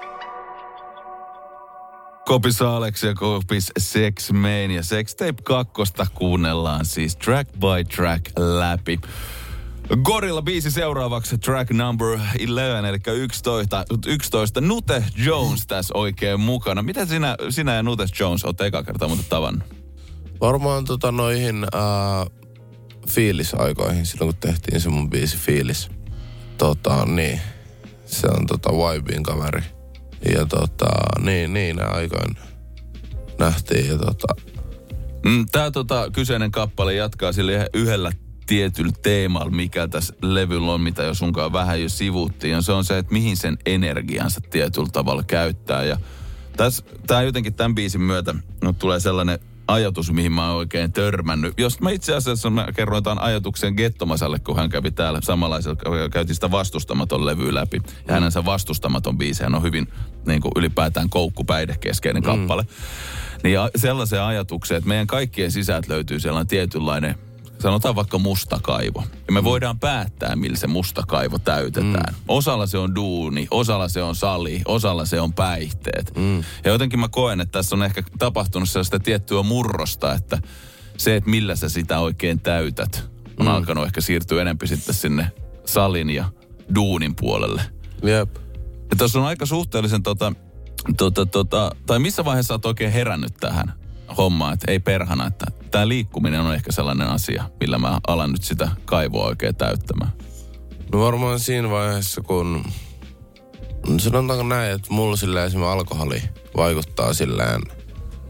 [SPEAKER 4] Kopis Alex ja Kopis Sex Main ja Sextape kakkosta kuunnellaan siis track by track läpi. Gorilla biisi seuraavaksi, track number eleven, eli yksitoista. yksitoista. Nute Jones tässä oikein mukana. Miten sinä, sinä ja Nute Jones olette eka kertaa muuten tavannut?
[SPEAKER 5] Varmaan tota noihin äh, fiilisaikoihin, silloin kun tehtiin se mun biisi Fiilis. Tota, niin. Se on tota Vibein kaveri. Ja tota, niin, niin aikoin nähtiin ja tota.
[SPEAKER 4] Mm, tää tota kyseinen kappale jatkaa sille yhdellä tietyllä teemalla, mikä tässä levyllä on, mitä jo sunkaan vähän jo sivuttiin. Ja se on se, että mihin sen energiansa tietyllä tavalla käyttää. Ja tässä, tää jotenkin tämän biisin myötä no, tulee sellainen ajatus, mihin mä oon oikein törmännyt. Jos mä itse asiassa mä kerroin tämän ajatuksen Gettomasalle, kun hän kävi täällä samanlaisella, käytiin sitä Vastustamaton levyä läpi. Ja hänen se Vastustamaton biisi, hän on hyvin niin kuin ylipäätään koukkupäihdekeskeinen kappale. Mm. Niin sellaiseen ajatukseen, että meidän kaikkien sisältä löytyy sellainen tietynlainen, sanotaan vaikka musta kaivo. Ja me mm. voidaan päättää, millä se musta kaivo täytetään. Mm. Osalla se on duuni, osalla se on sali, osalla se on päihteet. Mm. Ja jotenkin mä koen, että tässä on ehkä tapahtunut sellaista tiettyä murrosta, että se, että millä sä sitä oikein täytät, on mm. alkanut ehkä siirtyä enempi sitten sinne salin ja duunin puolelle.
[SPEAKER 5] Jep.
[SPEAKER 4] Ja tässä on aika suhteellisen tota, tota, tota, tai missä vaiheessa oot oikein herännyt tähän hommaa, että ei perhana, että tämä liikkuminen on ehkä sellainen asia, millä mä alan nyt sitä kaivoa oikein täyttämään.
[SPEAKER 5] No varmaan siinä vaiheessa, kun sanotaanko näin, että mulla silleen esimerkiksi alkoholi vaikuttaa silleen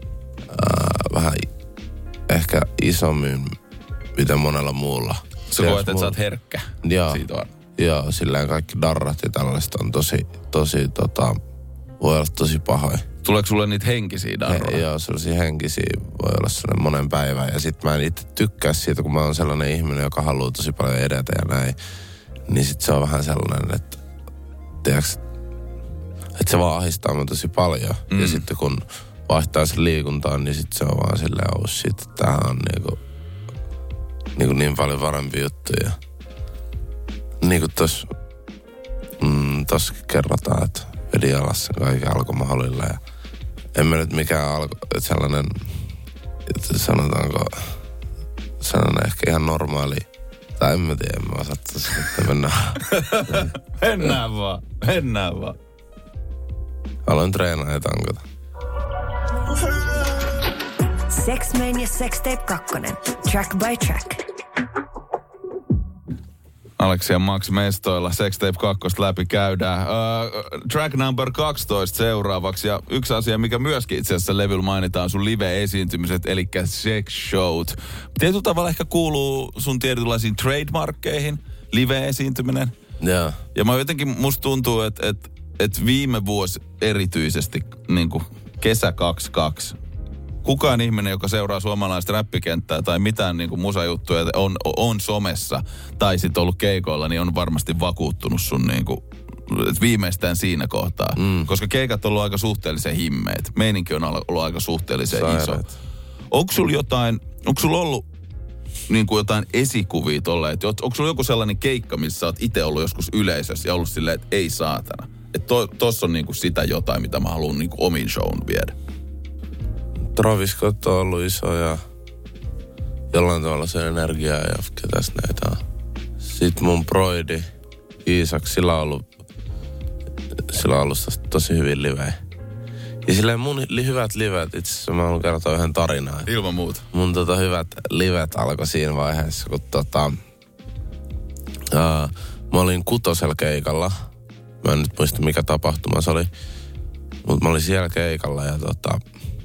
[SPEAKER 5] vähän ehkä isommin, mitä monella muulla.
[SPEAKER 4] Sä koet, että mulla... sä oot herkkä.
[SPEAKER 5] Joo,
[SPEAKER 4] siitä on.
[SPEAKER 5] Joo, silleen kaikki darrat ja tällaista on tosi, tosi tota, voi olla tosi pahoja.
[SPEAKER 4] Tuleeko sulle niitä henkisiä darroja?
[SPEAKER 5] He, joo, sellaisia henkisiä voi olla sellainen monen päivän. Ja sit mä en itse tykkää siitä, kun mä oon sellainen ihminen, joka haluaa tosi paljon edetä ja näin. Niin sit se on vähän sellainen, että tiiäks, että se vaan ahdistaa mä tosi paljon. Mm. Ja sitten kun vaihtaa sen liikuntaan, niin sit se on vaan silleen, oh shit, tää on niinku, niinku niin paljon parempi juttu. Ja niinku tossa, mm, tossakin kerrotaan, että vedin alas sen kaiken alkomaholilla ja en mä nyt mikään alko, sellainen, sanotaanko, sellainen ehkä ihan normaali, tai en mä tiedä, en mä osattaisi, että mennään.
[SPEAKER 4] mennään vaan, mennään vaan.
[SPEAKER 5] Aloin treenaa ja tankata.
[SPEAKER 3] Sex Mania Sextape kakkonen. Track by track.
[SPEAKER 4] Aleksi ja Max mestoilla Sextape kaksi läpi käydään. Uh, track number kaksitoista seuraavaksi. Ja yksi asia, mikä myöskin itse asiassa levyllä mainitaan, sun live-esiintymiset, eli sex showt. Tietyllä tavalla ehkä kuuluu sun tietynlaisiin trademarkkeihin, live-esiintyminen.
[SPEAKER 5] Yeah.
[SPEAKER 4] Ja mä jotenkin, musta tuntuu, että et, et viime vuosi erityisesti, niin kuin kesä kaksikymmentäkaksi, kukaan ihminen, joka seuraa suomalaista räppikenttää tai mitään niin kuin musajuttuja on, on somessa tai sitten ollut keikoilla, niin on varmasti vakuuttunut sun niin kuin, viimeistään siinä kohtaa. Mm. Koska keikat on ollut aika suhteellisen himmeet. Meininki on ollut aika suhteellisen Sairat. iso. Onko sulla jotain, onko sulla ollut niin kuin jotain esikuvia tolleen, että onko sulla joku sellainen keikka, missä sä oot itse ollut joskus yleisössä ja ollut silleen, että ei saatana. Että to, tossa on niin kuin sitä jotain, mitä mä haluan niin kuin omin shown viedä.
[SPEAKER 5] Travis Scott on ollut iso ja jollain tavalla se energiaa ja ketäs näitä on. Sitten mun broidi Iisak, sillä on ollut, sillä on ollut tosi hyvin livejä. Ja silleen mun li, hyvät livet, itse asiassa mä haluan kertoa yhden tarinaa.
[SPEAKER 4] Ilman muuta.
[SPEAKER 5] Mun tota hyvät livet alkoi siinä vaiheessa, kun tota, ää, mä olin Kutosella keikalla. Mä en nyt muista mikä tapahtuma se oli, mutta mä olin siellä keikalla ja tota...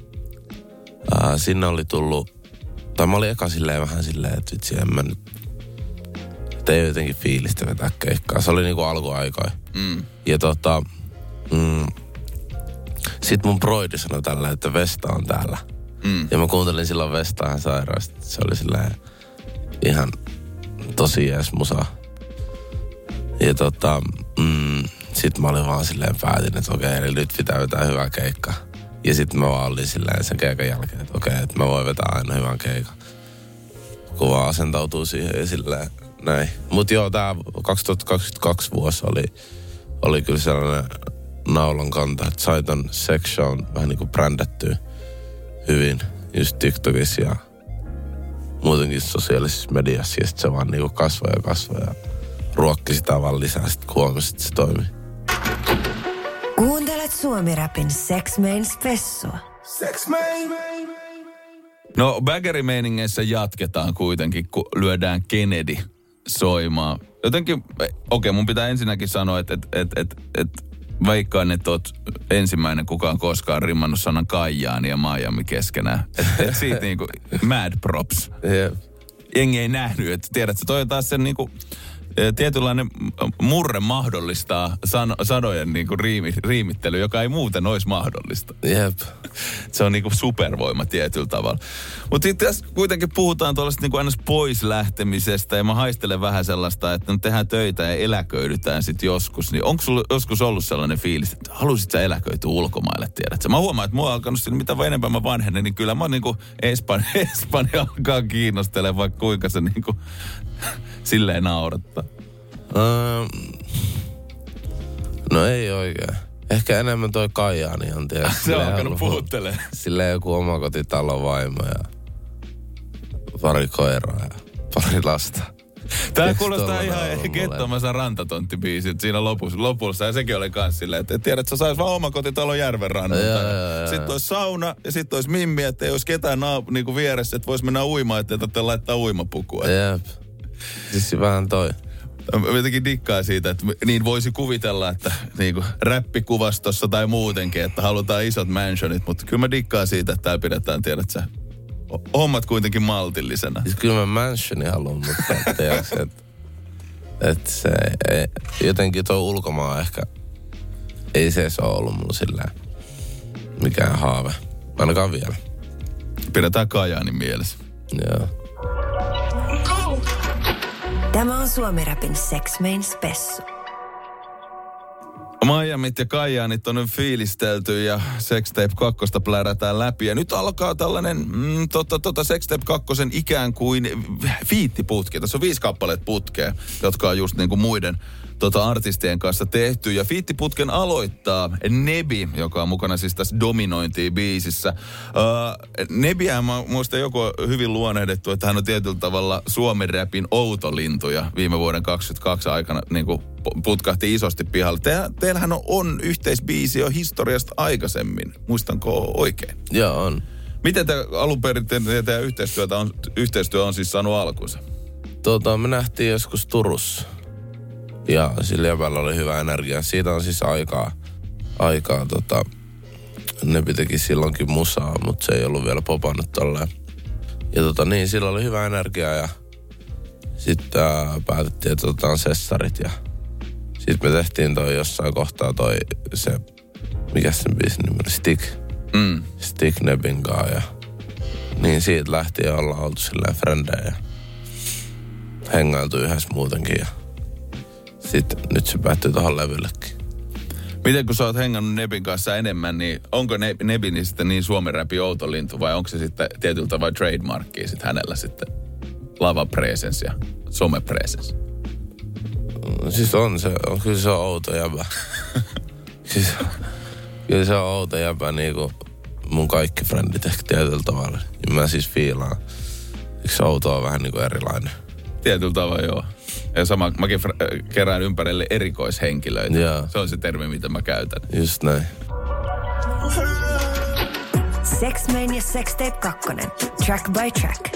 [SPEAKER 5] Ää, sinne oli tullut, tai mä olin eka silleen vähän silleen, että vitsi en mä nyt, että ei jotenkin fiilistä vetää keikkaa. Se oli niinku alkuaikoja. Mm. Ja tota, mm, sit mun broidi sanoi tällä, että Vesta on täällä. Mm. Ja mä kuuntelin silloin Vestaa ihan sairaasti. Se oli silleen ihan tosi jees musa. Ja tota, mm, sit mä olin vaan silleen päätin, että okei, eli nyt pitää vetää hyvää keikkaa. Ja sitten mä vaan olin silleen sen keikan jälkeen, että okei, että mä voin vetää aina hyvän keikan. Kun vaan asentautuu siihen ja silleen näin. Mut joo, tää kaksituhattakaksikymmentäkaksi vuosi oli, oli kyllä sellainen naulan kanta, että sai ton sex shown vähän niinku brändättyä hyvin just TikTokissa ja muutenkin sosiaalisessa mediassa. Ja sit se vaan niinku kasvoi ja kasvoi ja ruokki sitä vaan lisää sit kun huomasi, että se toimii.
[SPEAKER 3] Kuuntelet Suomi-rapin Sex Main Spessua.
[SPEAKER 4] Sex Main. No, baggerimeiningeissä jatketaan kuitenkin, kun lyödään Kennedy soimaan. Jotenkin, okei, okay, mun pitää ensinnäkin sanoa, että et, et, et, et, veikkaan, että oot ensimmäinen, kuka on koskaan rimmannut sanan Kaijaani ja Miami keskenään. Että et siitä niinku mad props.
[SPEAKER 5] Yeah.
[SPEAKER 4] Jengi ei nähnyt, että tiedätkö, toi on taas sen niinku... tietynlainen murre mahdollistaa san, sanojen niinku riimi, riimittely, joka ei muuten olisi mahdollista.
[SPEAKER 5] Jep.
[SPEAKER 4] Se on niinku supervoima tietyllä tavalla. Mutta sitten tässä kuitenkin puhutaan tuollaista niinku aina pois lähtemisestä ja mä haistelen vähän sellaista, että nyt tehdään töitä ja eläköidytään sitten joskus. Niin onko sulla joskus ollut sellainen fiilis, että haluaisit sä eläköityä ulkomaille, tiedätkö? Mä huomaan, että mua on alkanut sillä, mitä enempää mä vanhenen, niin kyllä mä niinku Espanja, Espanja alkaa kiinnostelemaan, vaikka kuinka se niinku silleen naurattaa.
[SPEAKER 5] Um, no ei oikein. Ehkä enemmän toi Kaijaani on tietysti.
[SPEAKER 4] Se on alkanut puhuttelemaan.
[SPEAKER 5] Silleen joku omakotitalo vaimo ja pari koiraa ja pari lasta.
[SPEAKER 4] Tää Yksi kuulostaa ihan kettomassa rantatonttibiisit siinä lopussa, lopussa. Ja sekin oli kans silleen, että tiedät, että sä sais vaan omakotitalon järven rannalta. Sitten olisi sauna ja sitten olisi mimmi, että ei olisi ketään naap- niinku vieressä, että vois mennä uimaan, ettei tarvitse laittaa uimapukua.
[SPEAKER 5] Jep. Siis vähän toi.
[SPEAKER 4] Mä jotenkin dikkaan siitä, että niin voisi kuvitella, että niinku räppikuvastossa tai muutenkin, että halutaan isot mansionit, mutta kyllä mä dikkaan siitä, että täällä pidetään, tiedät sä, hommat kuitenkin maltillisena.
[SPEAKER 5] Siis kyllä mä mansioni haluan, mutta tiedätkö, että et se ei, jotenkin tuo ulkomaan ehkä, ei se se ole ollut mulla sillä mikään haave. Ainakaan vielä.
[SPEAKER 4] Pidetään Kajaanin mielessä.
[SPEAKER 5] Joo.
[SPEAKER 3] Tämä on Suomi-rapin Sex Main Spessu.
[SPEAKER 4] Miamit ja Kajaanit on nyt fiilistelty ja Sextape kakkosta plärätään läpi. Ja nyt alkaa tällainen mm, tota, tota Sextape kakkosen ikään kuin fiittiputki. Tässä on viisi kappaleet putkea, jotka on just niin kuin muiden tota, artistien kanssa tehty. Ja fiittiputken aloittaa Nebi, joka on mukana siis tässä Dominointia-biisissä. Uh, Nebiä mä muistan joku hyvin luonnehdettu, että hän on tietyllä tavalla Suomi-rapin outolintu ja viime vuoden kaksikymmentäkaksi aikana niin kuin putkahti isosti pihalle. Te, teillähän on, on yhteisbiisi jo historiasta aikaisemmin. Muistanko oikein?
[SPEAKER 5] Joo, on.
[SPEAKER 4] Miten te alun perin teidän yhteistyötä on, yhteistyö on siis saanut alkunsa?
[SPEAKER 5] Tota, me nähtiin joskus Turussa. Ja sillä jäbällä oli hyvä energia. Siitä on siis aikaa, aikaa tota, ne teki silloinkin musaa, mutta se ei ollut vielä popannut tolleen. Ja tota niin, sillä oli hyvä energia ja sitten äh, päätettiin, että otetaan sessarit ja sitten me tehtiin toi jossain kohtaa toi se, mikä sen biisin nimi oli, Stick.
[SPEAKER 4] Mm.
[SPEAKER 5] Stick Nebin kaa ja niin siitä lähtien ollaan oltu silleen frendejä ja hengailtu yhdessä muutenkin ja sitten nyt se päättyy tuohon levyllekin.
[SPEAKER 4] Miten kun sä oot hengannut Nebin kanssa enemmän, niin onko ne, Nebi niin sitten niin Suomen räpi outolintu vai onko se sitten tietyllä tavalla trademarkkia sitten hänellä sitten lava presence ja some presence?
[SPEAKER 5] Siis on se, on, kyllä se on outo jäbä. siis, kyllä se on outo jäbä niinku mun kaikki frendit ehkä tietyllä tavalla. Ja mä siis fiilaan. Eikö se outo on vähän niinku erilainen?
[SPEAKER 4] Tietyllä tavalla joo. Ja sama, mäkin fr- kerään ympärille erikoishenkilöitä.
[SPEAKER 5] Jaa.
[SPEAKER 4] Se on se termi, mitä mä käytän.
[SPEAKER 5] Just näin.
[SPEAKER 3] Sex Main ja Sextape kakkonen. Track by track.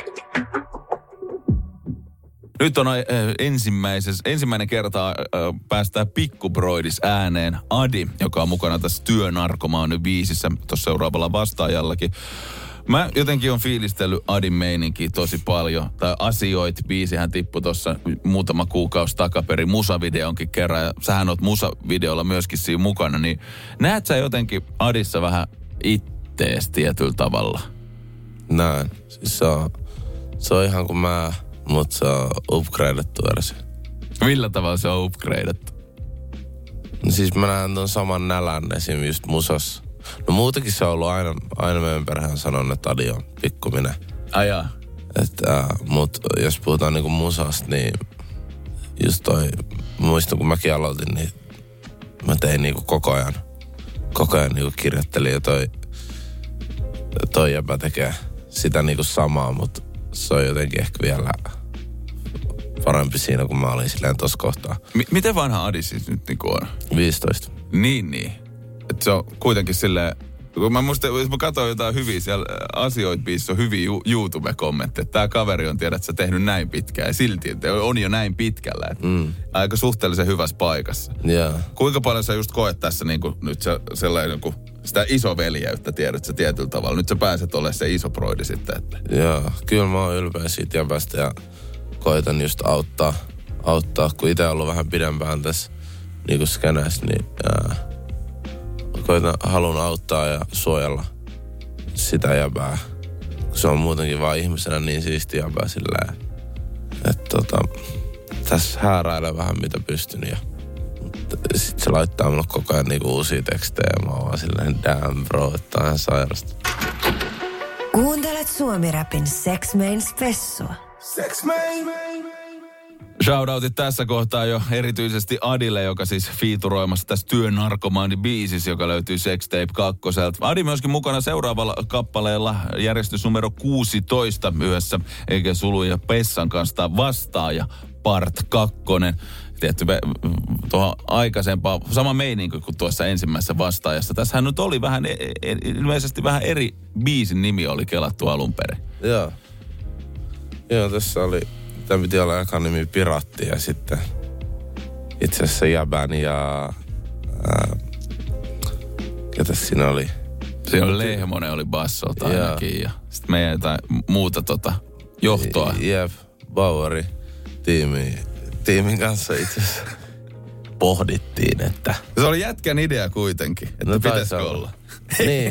[SPEAKER 4] Nyt on äh, ensimmäinen kerta äh, päästään Pikkubroidis ääneen Adi, joka on mukana tässä Työnarkomaani-biisissä tuossa seuraavalla vastaajallakin. Mä jotenkin on fiilistellyt Adin meininkiä tosi paljon. Tai asioit, biisihän tippui tuossa muutama kuukausi takaperin musavideonkin kerran. Ja sähän oot musavideolla myöskin siinä mukana. Niin näet sä jotenkin Adissa vähän ittees tietyllä tavalla?
[SPEAKER 5] Näin. Siis se on, se on ihan kuin mä, mutta se on upgradeattu versio.
[SPEAKER 4] Millä tavalla se on upgradeattu?
[SPEAKER 5] No siis mä näen ton saman nälän esim. Just musassa. No muutenkin se on ollut aina, aina meidän perheen sanon, että Adi on pikkuminen.
[SPEAKER 4] Ajaa.
[SPEAKER 5] Että, äh, mut jos puhutaan niinku musasta, niin just toi, muistan kun mäkin aloitin, niin mä tein niinku koko ajan, koko ajan niinku kirjoittelin ja toi, toi jäbä tekee sitä niinku samaa, mutta se on jotenkin ehkä vielä parempi siinä, kun mä olin silleen tossa kohtaa.
[SPEAKER 4] M- miten vanha Adi siis nyt niinku on?
[SPEAKER 5] viisitoista.
[SPEAKER 4] Niin, niin. Että se on kuitenkin silleen, kun mä muistan, jos mä katsoin jotain hyviä siellä asioita, biisissä on hyviä YouTube-kommentteja, että tää kaveri on, tiedät, sä tehnyt näin pitkään ja silti, että on jo näin pitkällä. Että mm. aika suhteellisen hyvässä paikassa.
[SPEAKER 5] Yeah.
[SPEAKER 4] Kuinka paljon sä just koet tässä niin kuin, nyt se, sellainen niin kuin, sitä isoveljeyttä, tiedät sä tietyllä tavalla. Nyt sä pääset olemaan se iso broidi sitten. Että.
[SPEAKER 5] Joo, kyllä mä oon ylpeä siitä jäbästä ja koitan just auttaa, auttaa kun itse on ollut vähän pidempään tässä niin kuin skenässä, niin ää, koitan, haluan auttaa ja suojella sitä jäbää. Se on muutenkin vaan ihmisenä niin siisti jäbää sillä että tota, tässä hääräilee vähän mitä pystyn ja sitten se laittaa mulle koko ajan niinku uusia tekstejä ja mä oon vaan silleen damn bro, että on ihan sairasta.
[SPEAKER 3] Kuuntelet Suomi-rapin Sex Main Spessua.
[SPEAKER 4] Sex Main! Shoutoutit tässä kohtaa jo erityisesti Adille, joka siis fiituroimassa tässä Työnarkomaani-biisissä, joka löytyy Sextape kakkoselta. Adi myöskin mukana seuraavalla kappaleella järjestys numero kuusitoista yhdessä, eikä Sulu ja Pessan kanssa vastaaja part kakkonen. Tietty tuohon aikaisempaan, sama meininki kuin tuossa ensimmäisessä vastaajassa. Tässähän nyt oli vähän, ilmeisesti vähän eri biisin nimi oli kelattu alun perin.
[SPEAKER 5] Joo. Joo, tässä oli, tämä piti olla ekan nimi Piraatti ja sitten itse asiassa Jäbän ja ää, ketäs siinä oli?
[SPEAKER 4] Siinä oli Lehmonen, oli bassot ainakin ja sitten meidän jotain muuta tota, johtoa.
[SPEAKER 5] Jep, Baueri tiimi, tiimin kanssa itse asiassa pohdittiin, että...
[SPEAKER 4] Se oli jätkän idea kuitenkin, että
[SPEAKER 5] no,
[SPEAKER 4] pitäisikö olla.
[SPEAKER 5] Niin.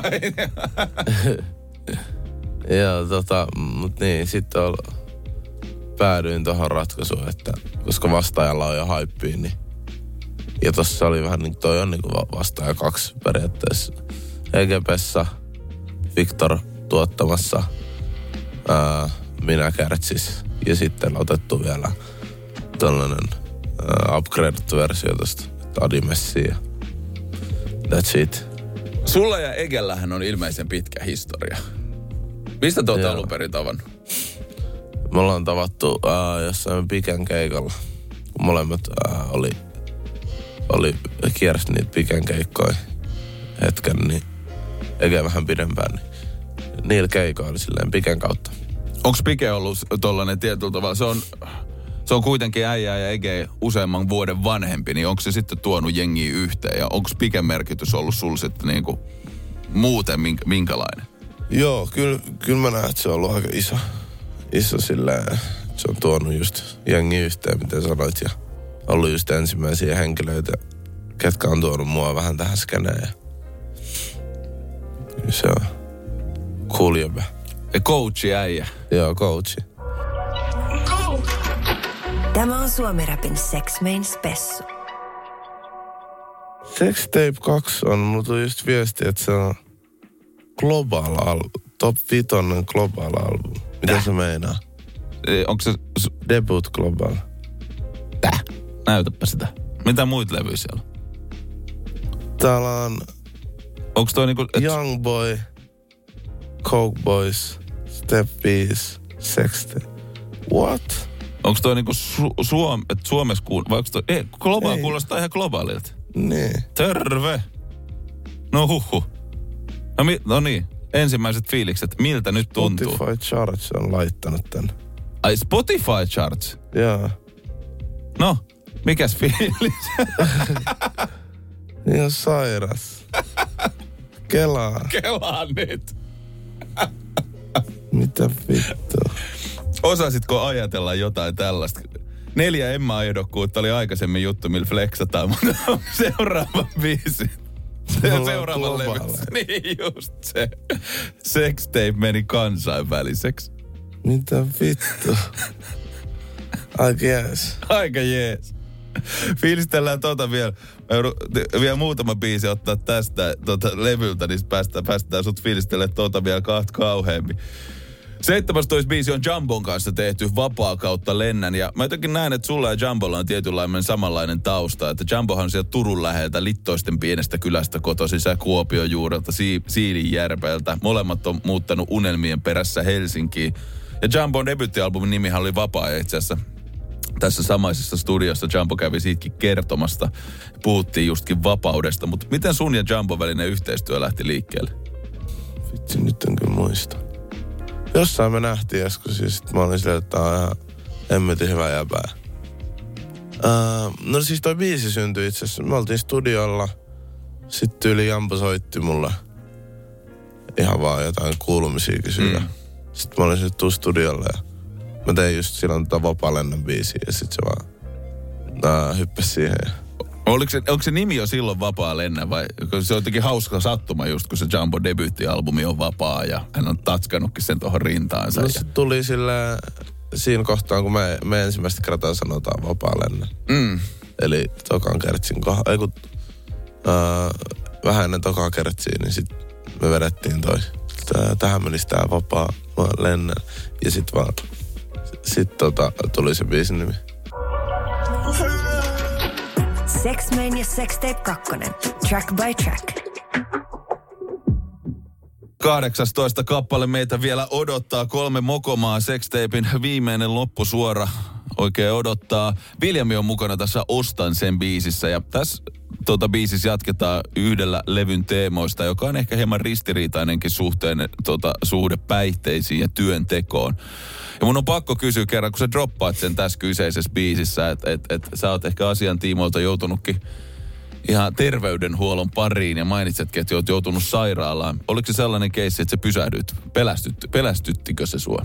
[SPEAKER 5] Joo, tota, mut niin, sitten ol, päädyin tohon ratkaisuun, että koska vastaajalla on jo haippia, niin... Ja tossa oli vähän niin, toi on niin kuin vastaaja kaksi periaatteessa. E G P:ssä, Victor tuottamassa, ää, minä kärtsis. Ja sitten otettu vielä tällainen ää, upgradettu versio tosta Adimessiin ja that's it.
[SPEAKER 4] Sulla ja Egellähän on ilmeisen pitkä historia. Mistä te olette alun perin tavannut?
[SPEAKER 5] Me ollaan tavattu ää, jossain Piken keikalla. Molemmat ää, oli, oli kiersi niitä Piken keikkoja hetken, niin Ege vähän pidempään. Niin niillä keikoilla silleen Piken kautta.
[SPEAKER 4] Onko Pike ollut tollainen tietyllä tavalla? Se on, se on kuitenkin äijää ja Ege useamman vuoden vanhempi, niin onko se sitten tuonut jengiä yhteen? Ja onko Piken merkitys ollut sulla sitten niinku muuten minkälainen?
[SPEAKER 5] Joo, kyllä, kyllä mä näen, että se on ollut aika iso, iso silleen, se on tuonut just jengi yhteen, miten sanoit, ja ollut just ensimmäisiä henkilöitä, ketkä on tuonut mua vähän tähän skeneen. Se on cool jäbä.
[SPEAKER 4] Ja coachi äijä.
[SPEAKER 5] Joo, coachi.
[SPEAKER 3] Tämä on Suomi-rapin Sex Main Spessu.
[SPEAKER 5] Sextape kaksi on, mulla tuli just viesti, että se on global album, top vitonen global album. Mitä Täh? se meinaa?
[SPEAKER 4] E, onko se...
[SPEAKER 5] Debut global.
[SPEAKER 4] Täh? Näytäpä sitä. Mitä muita levyjä siellä on?
[SPEAKER 5] Täällä on...
[SPEAKER 4] Onko toi niinku... Et...
[SPEAKER 5] Young Boy, Coke Boys, Step Bees, Sextape. What?
[SPEAKER 4] Onko toi niinku su- Suom... Et Suomessa kuul... Vai onko toi... Ei, global Ei. Kuulostaa ihan globaalilta.
[SPEAKER 5] Niin.
[SPEAKER 4] Terve! No huhu. No, mi- no niin, ensimmäiset fiilikset. Miltä nyt tuntuu?
[SPEAKER 5] Spotify Charts on laittanut tän.
[SPEAKER 4] Ai Spotify Charts?
[SPEAKER 5] Joo.
[SPEAKER 4] No, mikäs fiilis?
[SPEAKER 5] Niin on sairas. Kelaa.
[SPEAKER 4] Kelaa nyt.
[SPEAKER 5] Mitä vittua?
[SPEAKER 4] Osasitko ajatella jotain tällaista? Neljä Emma-ehdokkuutta oli aikaisemmin juttu, millä flexataan, mutta seuraava biisi. Seuraava levy. Niin just se. Sextape meni kansainväliseksi.
[SPEAKER 5] Mitä vittu? Aika jees.
[SPEAKER 4] Aika jees. Fiilistellään tota vielä. Vielä muutama biisi ottaa tästä tota, levyltä, niin päästään, päästään sut fiilistelemään tota vielä kahta kauheammin. seitsemästoista biisi on Jambon kanssa tehty Vapaa kautta lennän. Ja mä jotenkin näen, että sulla ja Jambolla on tietynlainen samanlainen tausta. Että Jambohan on sieltä Turun läheltä, Littoisten pienestä kylästä kotoisin, sä Kuopion juurelta, si- Siilinjärveltä. Molemmat on muuttanut unelmien perässä Helsinkiin. Ja Jambon debyyttialbumin nimihän oli Vapaa, ja itse asiassa tässä samaisessa studiossa Jambo kävi siitäkin kertomasta. Puhuttiin justkin vapaudesta, mutta miten sun ja Jambon välinen yhteistyö lähti liikkeelle?
[SPEAKER 5] Vitsi, nyt en kyllä muista. Jossain me nähtiin joskus, ja sit mä olin silleen, että tää on ihan hemmetin hyvä jäbää. Uh, no siis toi biisi syntyi itse asiassa. Me oltiin studiolla. Sitten tyyli Jampo soitti mulle ihan vaan jotain kuulumisia kysyä. Mm. Sitten mä olin sitten tuu studiolle ja mä tein just silloin tätä Vapaa lennän biisiä ja sit se vaan uh, hyppäsi siihen.
[SPEAKER 4] Oliko se, onko se nimi jo silloin Vapaa lennä vai se on jotenkin hauska sattuma just kun se Jambo debyyttialbumi on Vapaa ja hän on tatskannutkin sen tuohon rintaansa.
[SPEAKER 5] No
[SPEAKER 4] ja...
[SPEAKER 5] se tuli sillä siinä kohtaa kun me, me ensimmäistä kertaa sanotaan Vapaa lennä.
[SPEAKER 4] Mm.
[SPEAKER 5] Eli tokan kertsin kohdalla. Ei kun uh, vähän ennen tokaa kertsiä, niin sit me vedettiin toi. Tää, tähän menisi tää Vapaa lennä. Ja sit vaan sit tota, tuli se biisin nimi.
[SPEAKER 3] Sex Main ja Sextape kaksi. Track by track.
[SPEAKER 4] kahdeksastoista kappale meitä vielä odottaa. Kolme mokomaa. Sextapein viimeinen loppusuora oikein odottaa. Viljami on mukana tässä Ostan sen biisissä. Ja tässä tuota, biisissä jatketaan yhdellä levyn teemoista, joka on ehkä hieman ristiriitainenkin suhteen tuota, suhde päihteisiin ja työntekoon. Ja mun on pakko kysyä kerran, kun sä droppaat sen tässä kyseisessä biisissä, että et, et, sä oot ehkä asian tiimoilta joutunutkin ihan terveydenhuollon pariin ja mainitsetkin, että olet joutunut sairaalaan. Oliko se sellainen keissi, että se pysähdyt? Pelästyt, pelästyttikö se sua?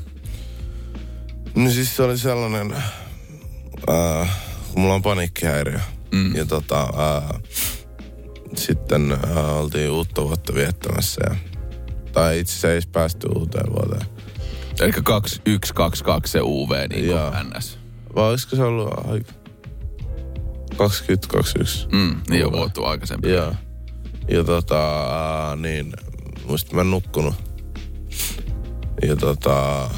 [SPEAKER 5] No siis se oli sellainen, äh, kun mulla on paniikkihäiriö. Mm. Ja tota, äh, sitten äh, oltiin uutta vuotta viettämässä. Ja, tai itse asiassa ei edes päästy uuteen vuoteen.
[SPEAKER 4] Eli kaksikymmentäyksi kaksikymmentäkaksi se U V, niin kuin N S.
[SPEAKER 5] Vai olisiko se ollut aika? kaksikymmentä kaksikymmentäyksi.
[SPEAKER 4] Mm, niin on vuotu aikaisemmin.
[SPEAKER 5] Joo. Ja tota, äh, niin, muistin mä en nukkunut. Ja tota,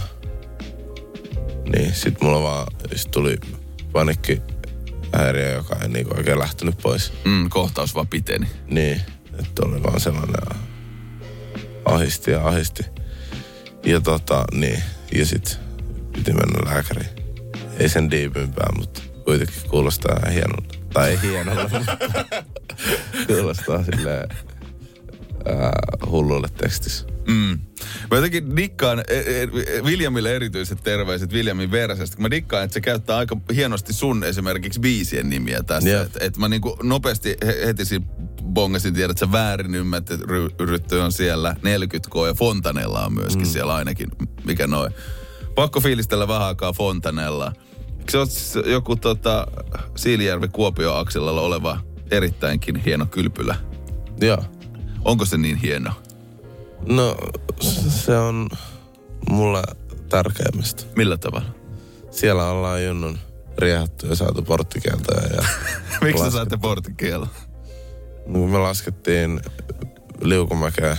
[SPEAKER 5] niin, sit mulla vaan sit tuli paniikkihäiriö, joka ei niinku oikein lähtenyt pois.
[SPEAKER 4] Mm, kohtaus vaan piteni.
[SPEAKER 5] Niin, että oli vaan sellainen ahisti ja ahisti. Ja tota, niin, ja sit piti mennä lääkäriin. Ei sen diipympää, mutta kuitenkin kuulostaa hienolta. Tai ei hienolta, mutta kuulostaa silleen ää, hullulle tekstissä.
[SPEAKER 4] Mm. Mä jotenkin dikkaan, Viljamille erityiset terveiset Viljamin Versasta, kun mä dikkaan, että se käyttää aika hienosti sun esimerkiksi biisien nimiä tässä. Yeah. Että et mä niinku nopeasti heti siinä bongasin, tiedät, että sä väärin ymmärretty on siellä, neljäkymmentä K ja Fontanella on myöskin mm. siellä ainakin, mikä noin. Pakko fiilistellä vähän aikaa Fontanella. Se on joku tota, Siilijärvi-Kuopio-akselalla oleva erittäinkin hieno kylpylä.
[SPEAKER 5] Joo.
[SPEAKER 4] Onko se niin hieno?
[SPEAKER 5] No, se on mulle tärkeimmästä.
[SPEAKER 4] Millä tavalla?
[SPEAKER 5] Siellä ollaan junnun riehattu ja saatu porttikieltoja. Ja
[SPEAKER 4] miksi sä saatte porttikielon?
[SPEAKER 5] No, me laskettiin liukumäkeä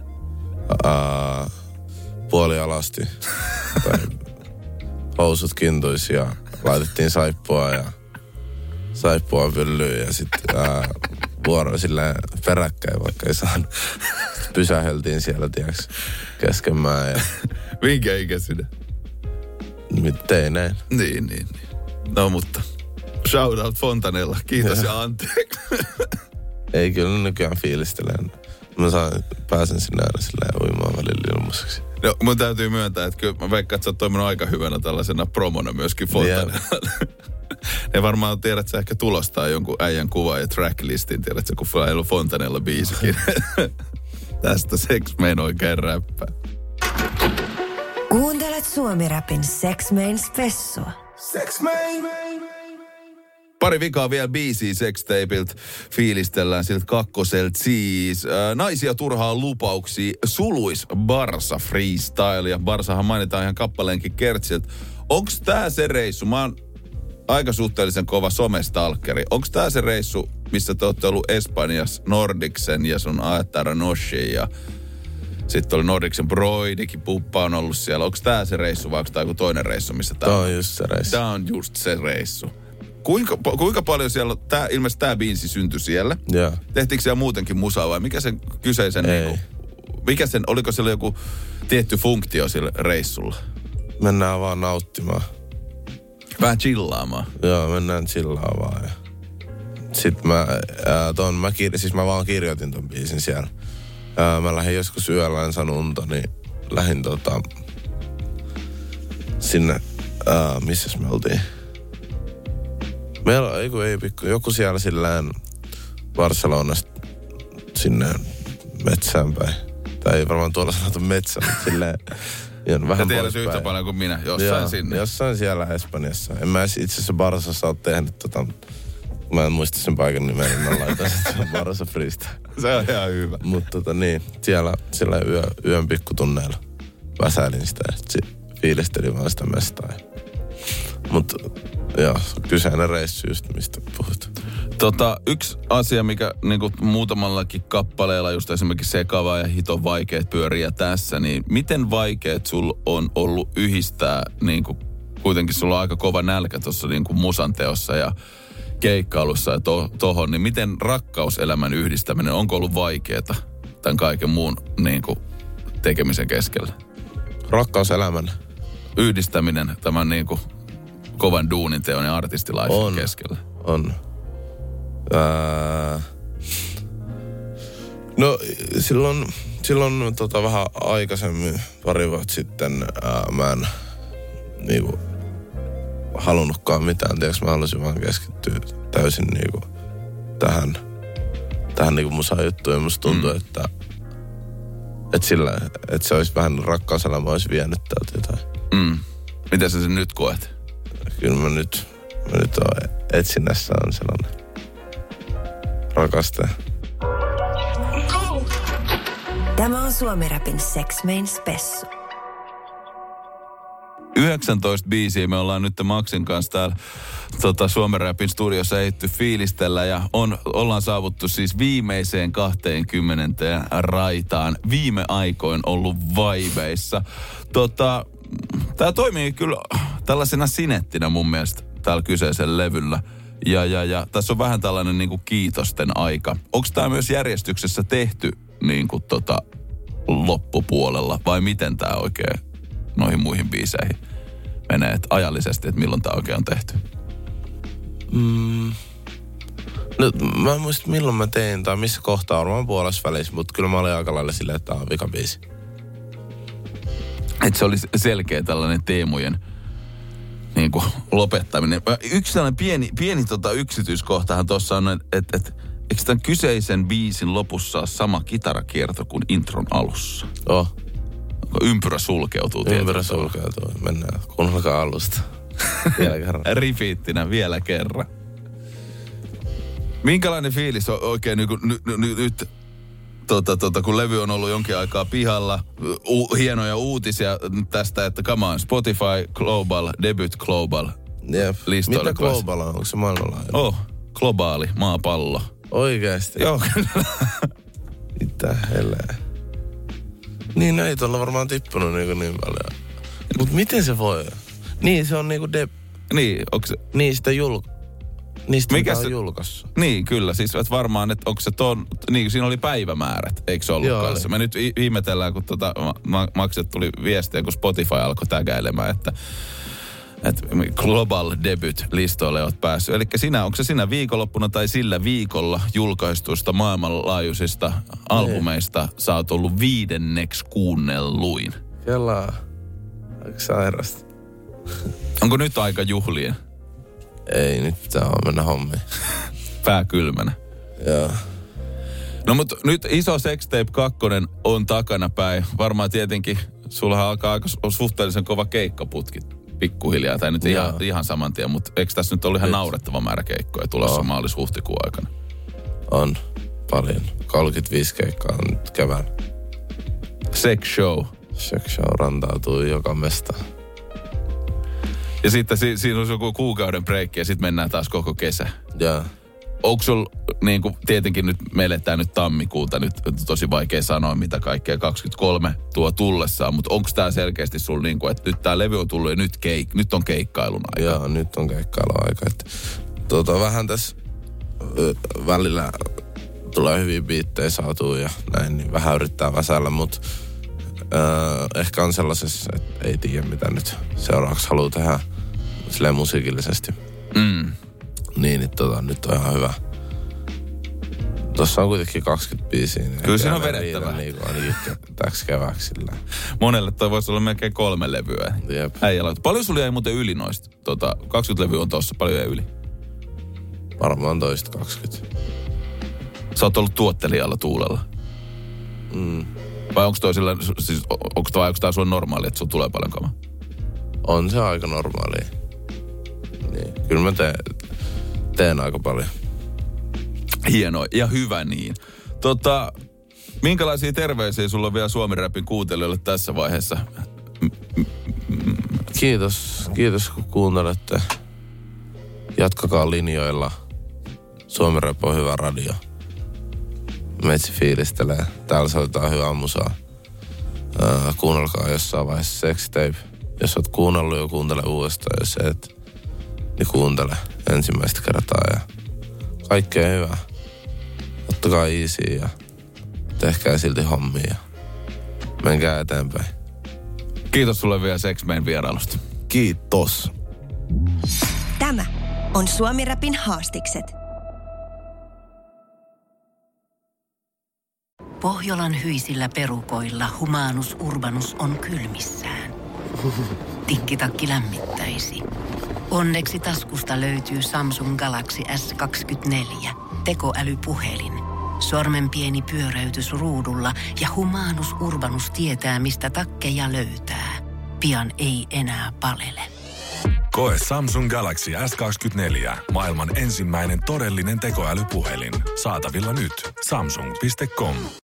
[SPEAKER 5] ää, puolialasti. tai housut kintuisi ja laitettiin saippua ja saippua pyllyyn ja sitten vuoro silleen peräkkäin, vaikka ei saanut. Sitten pysäheltiin siellä, tiiäks, keskemmään ja...
[SPEAKER 4] Minkä ikäisinä?
[SPEAKER 5] Teineen.
[SPEAKER 4] Niin, niin, niin. No mutta, shout out Fontanella, kiitos ja, ja anteeksi.
[SPEAKER 5] Ei kyllä nykyään fiilistelen. Mä saan, pääsen sinne aina silleen uimaan välillä ilmaiseksi.
[SPEAKER 4] No, mun täytyy myöntää, että kyllä mä veikkaan, että sä oot toiminut aika hyvänä tällaisena promona myöskin Fontanella. Ne varmaan tiedät, sä ehkä tulostaa jonkun äijän kuvan ja tracklistin, tiedät sä, kun Flyilla Fontanella biisikin. Tästä Sex Main oikein räppää.
[SPEAKER 3] Kuuntelet Suomi-räpin Sex Main spessua.
[SPEAKER 4] Sex Main! Pari vikaa vielä biisiä sextapeilta. Fiilistellään siltä kakkoselta siis. Ää, naisia turhaa lupauksia. Suluis Barsa freestyle. Ja Barsahan mainitaan ihan kappaleenkin kertsiltä. Onks tää se reissu? Mä oon aika suhteellisen kova somestalkeri. Onks tää se reissu, missä te ootte ollut Espanjassa Nordiksen ja sun Aetara Noshi ja sitten oli Nordiksen Broidikin Puppa on ollut siellä. Onks tää se reissu vai onks tää joku toinen reissu, missä tää
[SPEAKER 5] on? Tää on just se reissu.
[SPEAKER 4] Tää on just se reissu. Kuinka, kuinka paljon siellä, tää, ilmeisesti tää biisi syntyi siellä?
[SPEAKER 5] Joo.
[SPEAKER 4] Tehtiinkö siellä muutenkin musaa vai mikä sen kyseisen, niinku, mikä sen, oliko siellä joku tietty funktio sillä reissulla?
[SPEAKER 5] Mennään vaan nauttimaan.
[SPEAKER 4] Vähän chillaamaan.
[SPEAKER 5] Joo, mennään chillaamaan. Ja sitten mä, ää, ton, mä, kir- siis mä vaan kirjoitin ton biisin siellä. Ää, mä lähdin joskus yöllä en saanut unta, niin lähdin tota, sinne, ää, missäs me oltiin? Meillä ei kun ei pikku, joku siellä silleen Barcelonasta sinne metsään päin. Tai ei varmaan tuolla sanota metsä, mutta silleen ihan vähän
[SPEAKER 4] poispäin. Sä tiedät yhtä paljon kuin minä, jossain Joo, sinne.
[SPEAKER 5] Jossain siellä Espanjassa. En mä itse asiassa Barsassa ole tehnyt tota, mä en muista sen paikan nimeä, niin mä laitan sitten Barsa freestyle.
[SPEAKER 4] Se on ihan hyvä.
[SPEAKER 5] Mutta tota niin, siellä, siellä yö, yön pikkutunneilla väsäilin sitä ja sit fiilistelin vaan sitä mestaa. Mutta joo, kyseinen reissu just, mistä puhut.
[SPEAKER 4] Tota, yksi asia, mikä niinku muutamallakin kappaleella just esimerkiksi sekava ja hiton vaikeet pyöriä tässä, niin miten vaikeet sul on ollut yhdistää, niinku kuitenkin sulla on aika kova nälkä tuossa niinku musanteossa ja keikkailussa ja to, tohon, niin miten rakkauselämän yhdistäminen, onko ollut vaikeeta tämän kaiken muun niinku tekemisen keskellä?
[SPEAKER 5] Rakkauselämän?
[SPEAKER 4] Yhdistäminen tämän niinku kovan duunin teon ja artistilaisen keskellä.
[SPEAKER 5] On. Ää... No silloin, silloin tota, vähän aikaisemmin, pari vuotta sitten, ää, mä en niinku halunnutkaan mitään. Tiedätkö, mä halusin vaan keskittyä täysin niinku tähän tähän niinku musajuttuun. Ja musta tuntuu, mm. että, että, sillä, että se olisi vähän rakkauselämä olisi vienyt täältä jotain.
[SPEAKER 4] Mm. Miten sä sen nyt koet?
[SPEAKER 5] Kyllä mä nyt, mä nyt oon etsinnässä on sellainen rakastaja.
[SPEAKER 3] Tämä on Suomi-rapin Sex Main Spessu.
[SPEAKER 4] yhdeksäntoista biisiä me ollaan nyt Maxin kanssa täällä tota, Suomen Rapin studiossa ehditty fiilistellä ja on, ollaan saavuttu siis viimeiseen kaksikymmentä raitaan. Viime aikoin ollut vaibeissa. Tota, tää toimii kyllä tällaisena sinettinä mun mielestä täällä kyseisellä levyllä. Ja, ja, ja tässä on vähän tällainen niinku kiitosten aika. Onko tää myös järjestyksessä tehty niinku tota loppupuolella vai miten tää oikein noihin muihin biiseihin menee et ajallisesti, että milloin tää oikein on tehty?
[SPEAKER 5] Mm. No, mä en muista milloin mä tein tai missä kohtaa, varmaan puolessa välissä, mutta kyllä mä olin aika lailla silleen, että tää on vikabiisi.
[SPEAKER 4] Että se oli selkeä tällainen teemojen niin kuin lopettaminen. Yksi sellainen pieni, pieni tota yksityiskohtahan tuossa on, että et, eikö tämän kyseisen biisin lopussa ole sama kitarakierto kuin intron alussa?
[SPEAKER 5] Oh.
[SPEAKER 4] Ympyrä sulkeutuu.
[SPEAKER 5] Ympyrä sulkeutuu. Mennään kuunnelkaa alusta. Vielä kerran.
[SPEAKER 4] Rifiittinä vielä kerran. Minkälainen fiilis on oikein nyt, nyt, nyt, nyt tota, tota, kun levy on ollut jonkin aikaa pihalla, u, hienoja uutisia tästä, että come on, Spotify Global, Debut Global
[SPEAKER 5] Jep.
[SPEAKER 4] listoille.
[SPEAKER 5] Mitä Global on? Onko se maailmanlaajuinen?
[SPEAKER 4] Oh, globaali, maapallo.
[SPEAKER 5] Oikeesti?
[SPEAKER 4] Joo, kyllä.
[SPEAKER 5] Mitä helää? Niin, ei tuolla varmaan tippunut niin, niin paljon. Mut miten se voi? Niin, se on niinku de...
[SPEAKER 4] Niin, onko se...
[SPEAKER 5] Niin, sitä julk... Niistä
[SPEAKER 4] mikä
[SPEAKER 5] on
[SPEAKER 4] se...
[SPEAKER 5] julkaissut.
[SPEAKER 4] Niin, kyllä. Siis että varmaan, että onko se ton... Niin, siinä oli päivämäärät, eikö se ollutkaan se? Me nyt ihmetellään, kun tota, ma- Maxet tuli viestiä, kun Spotify alkoi tägäilemään, että... että Global Debut-listoille olet päässyt. Eli sinä, onko se sinä viikonloppuna tai sillä viikolla julkaistuista maailmanlaajuisista albumeista sä oot ollut viidenneksi kuunnelluin?
[SPEAKER 5] Kelaa. Aika sairasta.
[SPEAKER 4] Onko nyt aika juhlien?
[SPEAKER 5] Ei, nyt pitää mennä hommiin.
[SPEAKER 4] Pää kylmänä.
[SPEAKER 5] Joo.
[SPEAKER 4] No mutta nyt iso Sextape kaksi on takana päin. Varmaan tietenkin, sullahan alkaa aika suhteellisen kova keikkaputki pikkuhiljaa. Tai nyt ihan, ihan saman tien, mutta eikö tässä nyt ole ihan nyt naurettava määrä keikkoja tulossa oh. maalis-huhtikuun aikana? On. Paljon. kolmekymmentäviisi keikkaa on nyt kevään.
[SPEAKER 5] Sex show. Sex show rantautuu joka mestaan.
[SPEAKER 4] Ja sitten si- siinä on joku kuukauden breikki ja sitten mennään taas koko kesä.
[SPEAKER 5] Joo.
[SPEAKER 4] Onko sulla, niin kuin tietenkin nyt me eletään nyt tammikuuta, nyt tosi vaikea sanoa mitä kaikkea kaksikymmentäkolme tuo tullessaan, mutta onko tämä selkeästi sulla niin kuin, että nyt tämä levy on tullut ja nyt, keik- nyt on keikkailun aika?
[SPEAKER 5] Joo, nyt on keikkailun aika. Että, tuota, vähän tässä ö, välillä tulee hyviä biittejä saatuja ja näin, niin vähän yrittää väsällä, mutta ö, ehkä on sellaisessa, että ei tiedä mitä nyt seuraavaksi haluaa tehdä silleen musiikillisesti.
[SPEAKER 4] Mm.
[SPEAKER 5] Niin, niin tota, nyt on ihan hyvä. Tuossa on kuitenkin kaksikymmentä biisiä. Niin
[SPEAKER 4] kyllä siinä on vedettävä.
[SPEAKER 5] Niin kuin ainakin täksi kevääksi sillä.
[SPEAKER 4] Monelle toi voisi olla melkein kolme levyä.
[SPEAKER 5] Jep.
[SPEAKER 4] Äijällä. Paljon sulla jäi muuten yli noista? Tota, kaksikymmentä levyä on tossa, paljon jäi yli?
[SPEAKER 5] Varmaan toista kaksikymmentä.
[SPEAKER 4] Sä oot ollut tuottelijalla tuulella?
[SPEAKER 5] Mm.
[SPEAKER 4] Vai onko toi sillä, siis onko tää, onko tää sulla normaali, että sulla tulee paljon kamaa?
[SPEAKER 5] On se aika normaalia. Niin. Kyllä mä teen, teen aika paljon.
[SPEAKER 4] Hienoa ja hyvä niin. Tota, minkälaisia terveisiä sulla on vielä Suomi-rapin kuuntelijoille tässä vaiheessa?
[SPEAKER 5] Kiitos, kiitos kun kuuntelette. Jatkakaa linjoilla. Suomi-rap on hyvä radio. Metsi fiilistelee. Täällä soitetaan hyvää musaa. Äh, kuunnelkaa jossain vaiheessa Sextape. Jos oot kuunnellut jo, kuuntele uudestaan. Jos et, niin kuuntele ensimmäistä kertaa. Ja kaikkea hyvää. Ottakaa easy ja tehkää silti hommia ja menkää eteenpäin.
[SPEAKER 4] Kiitos sulle vielä Sex Main vierailusta.
[SPEAKER 5] Kiitos.
[SPEAKER 3] Tämä on Suomi-rapin haastikset.
[SPEAKER 1] Pohjolan hyisillä perukoilla Humanus Urbanus on kylmissään. Tikkitakki lämmittäisi. Onneksi taskusta löytyy Samsung Galaxy S kaksikymmentäneljä, tekoälypuhelin. Sormen pieni pyöräytys ruudulla ja Humanus Urbanus tietää, mistä takkeja löytää. Pian ei enää palele.
[SPEAKER 2] Koe Samsung Galaxy S kaksikymmentäneljä. Maailman ensimmäinen todellinen tekoälypuhelin. Saatavilla nyt. Samsung piste com.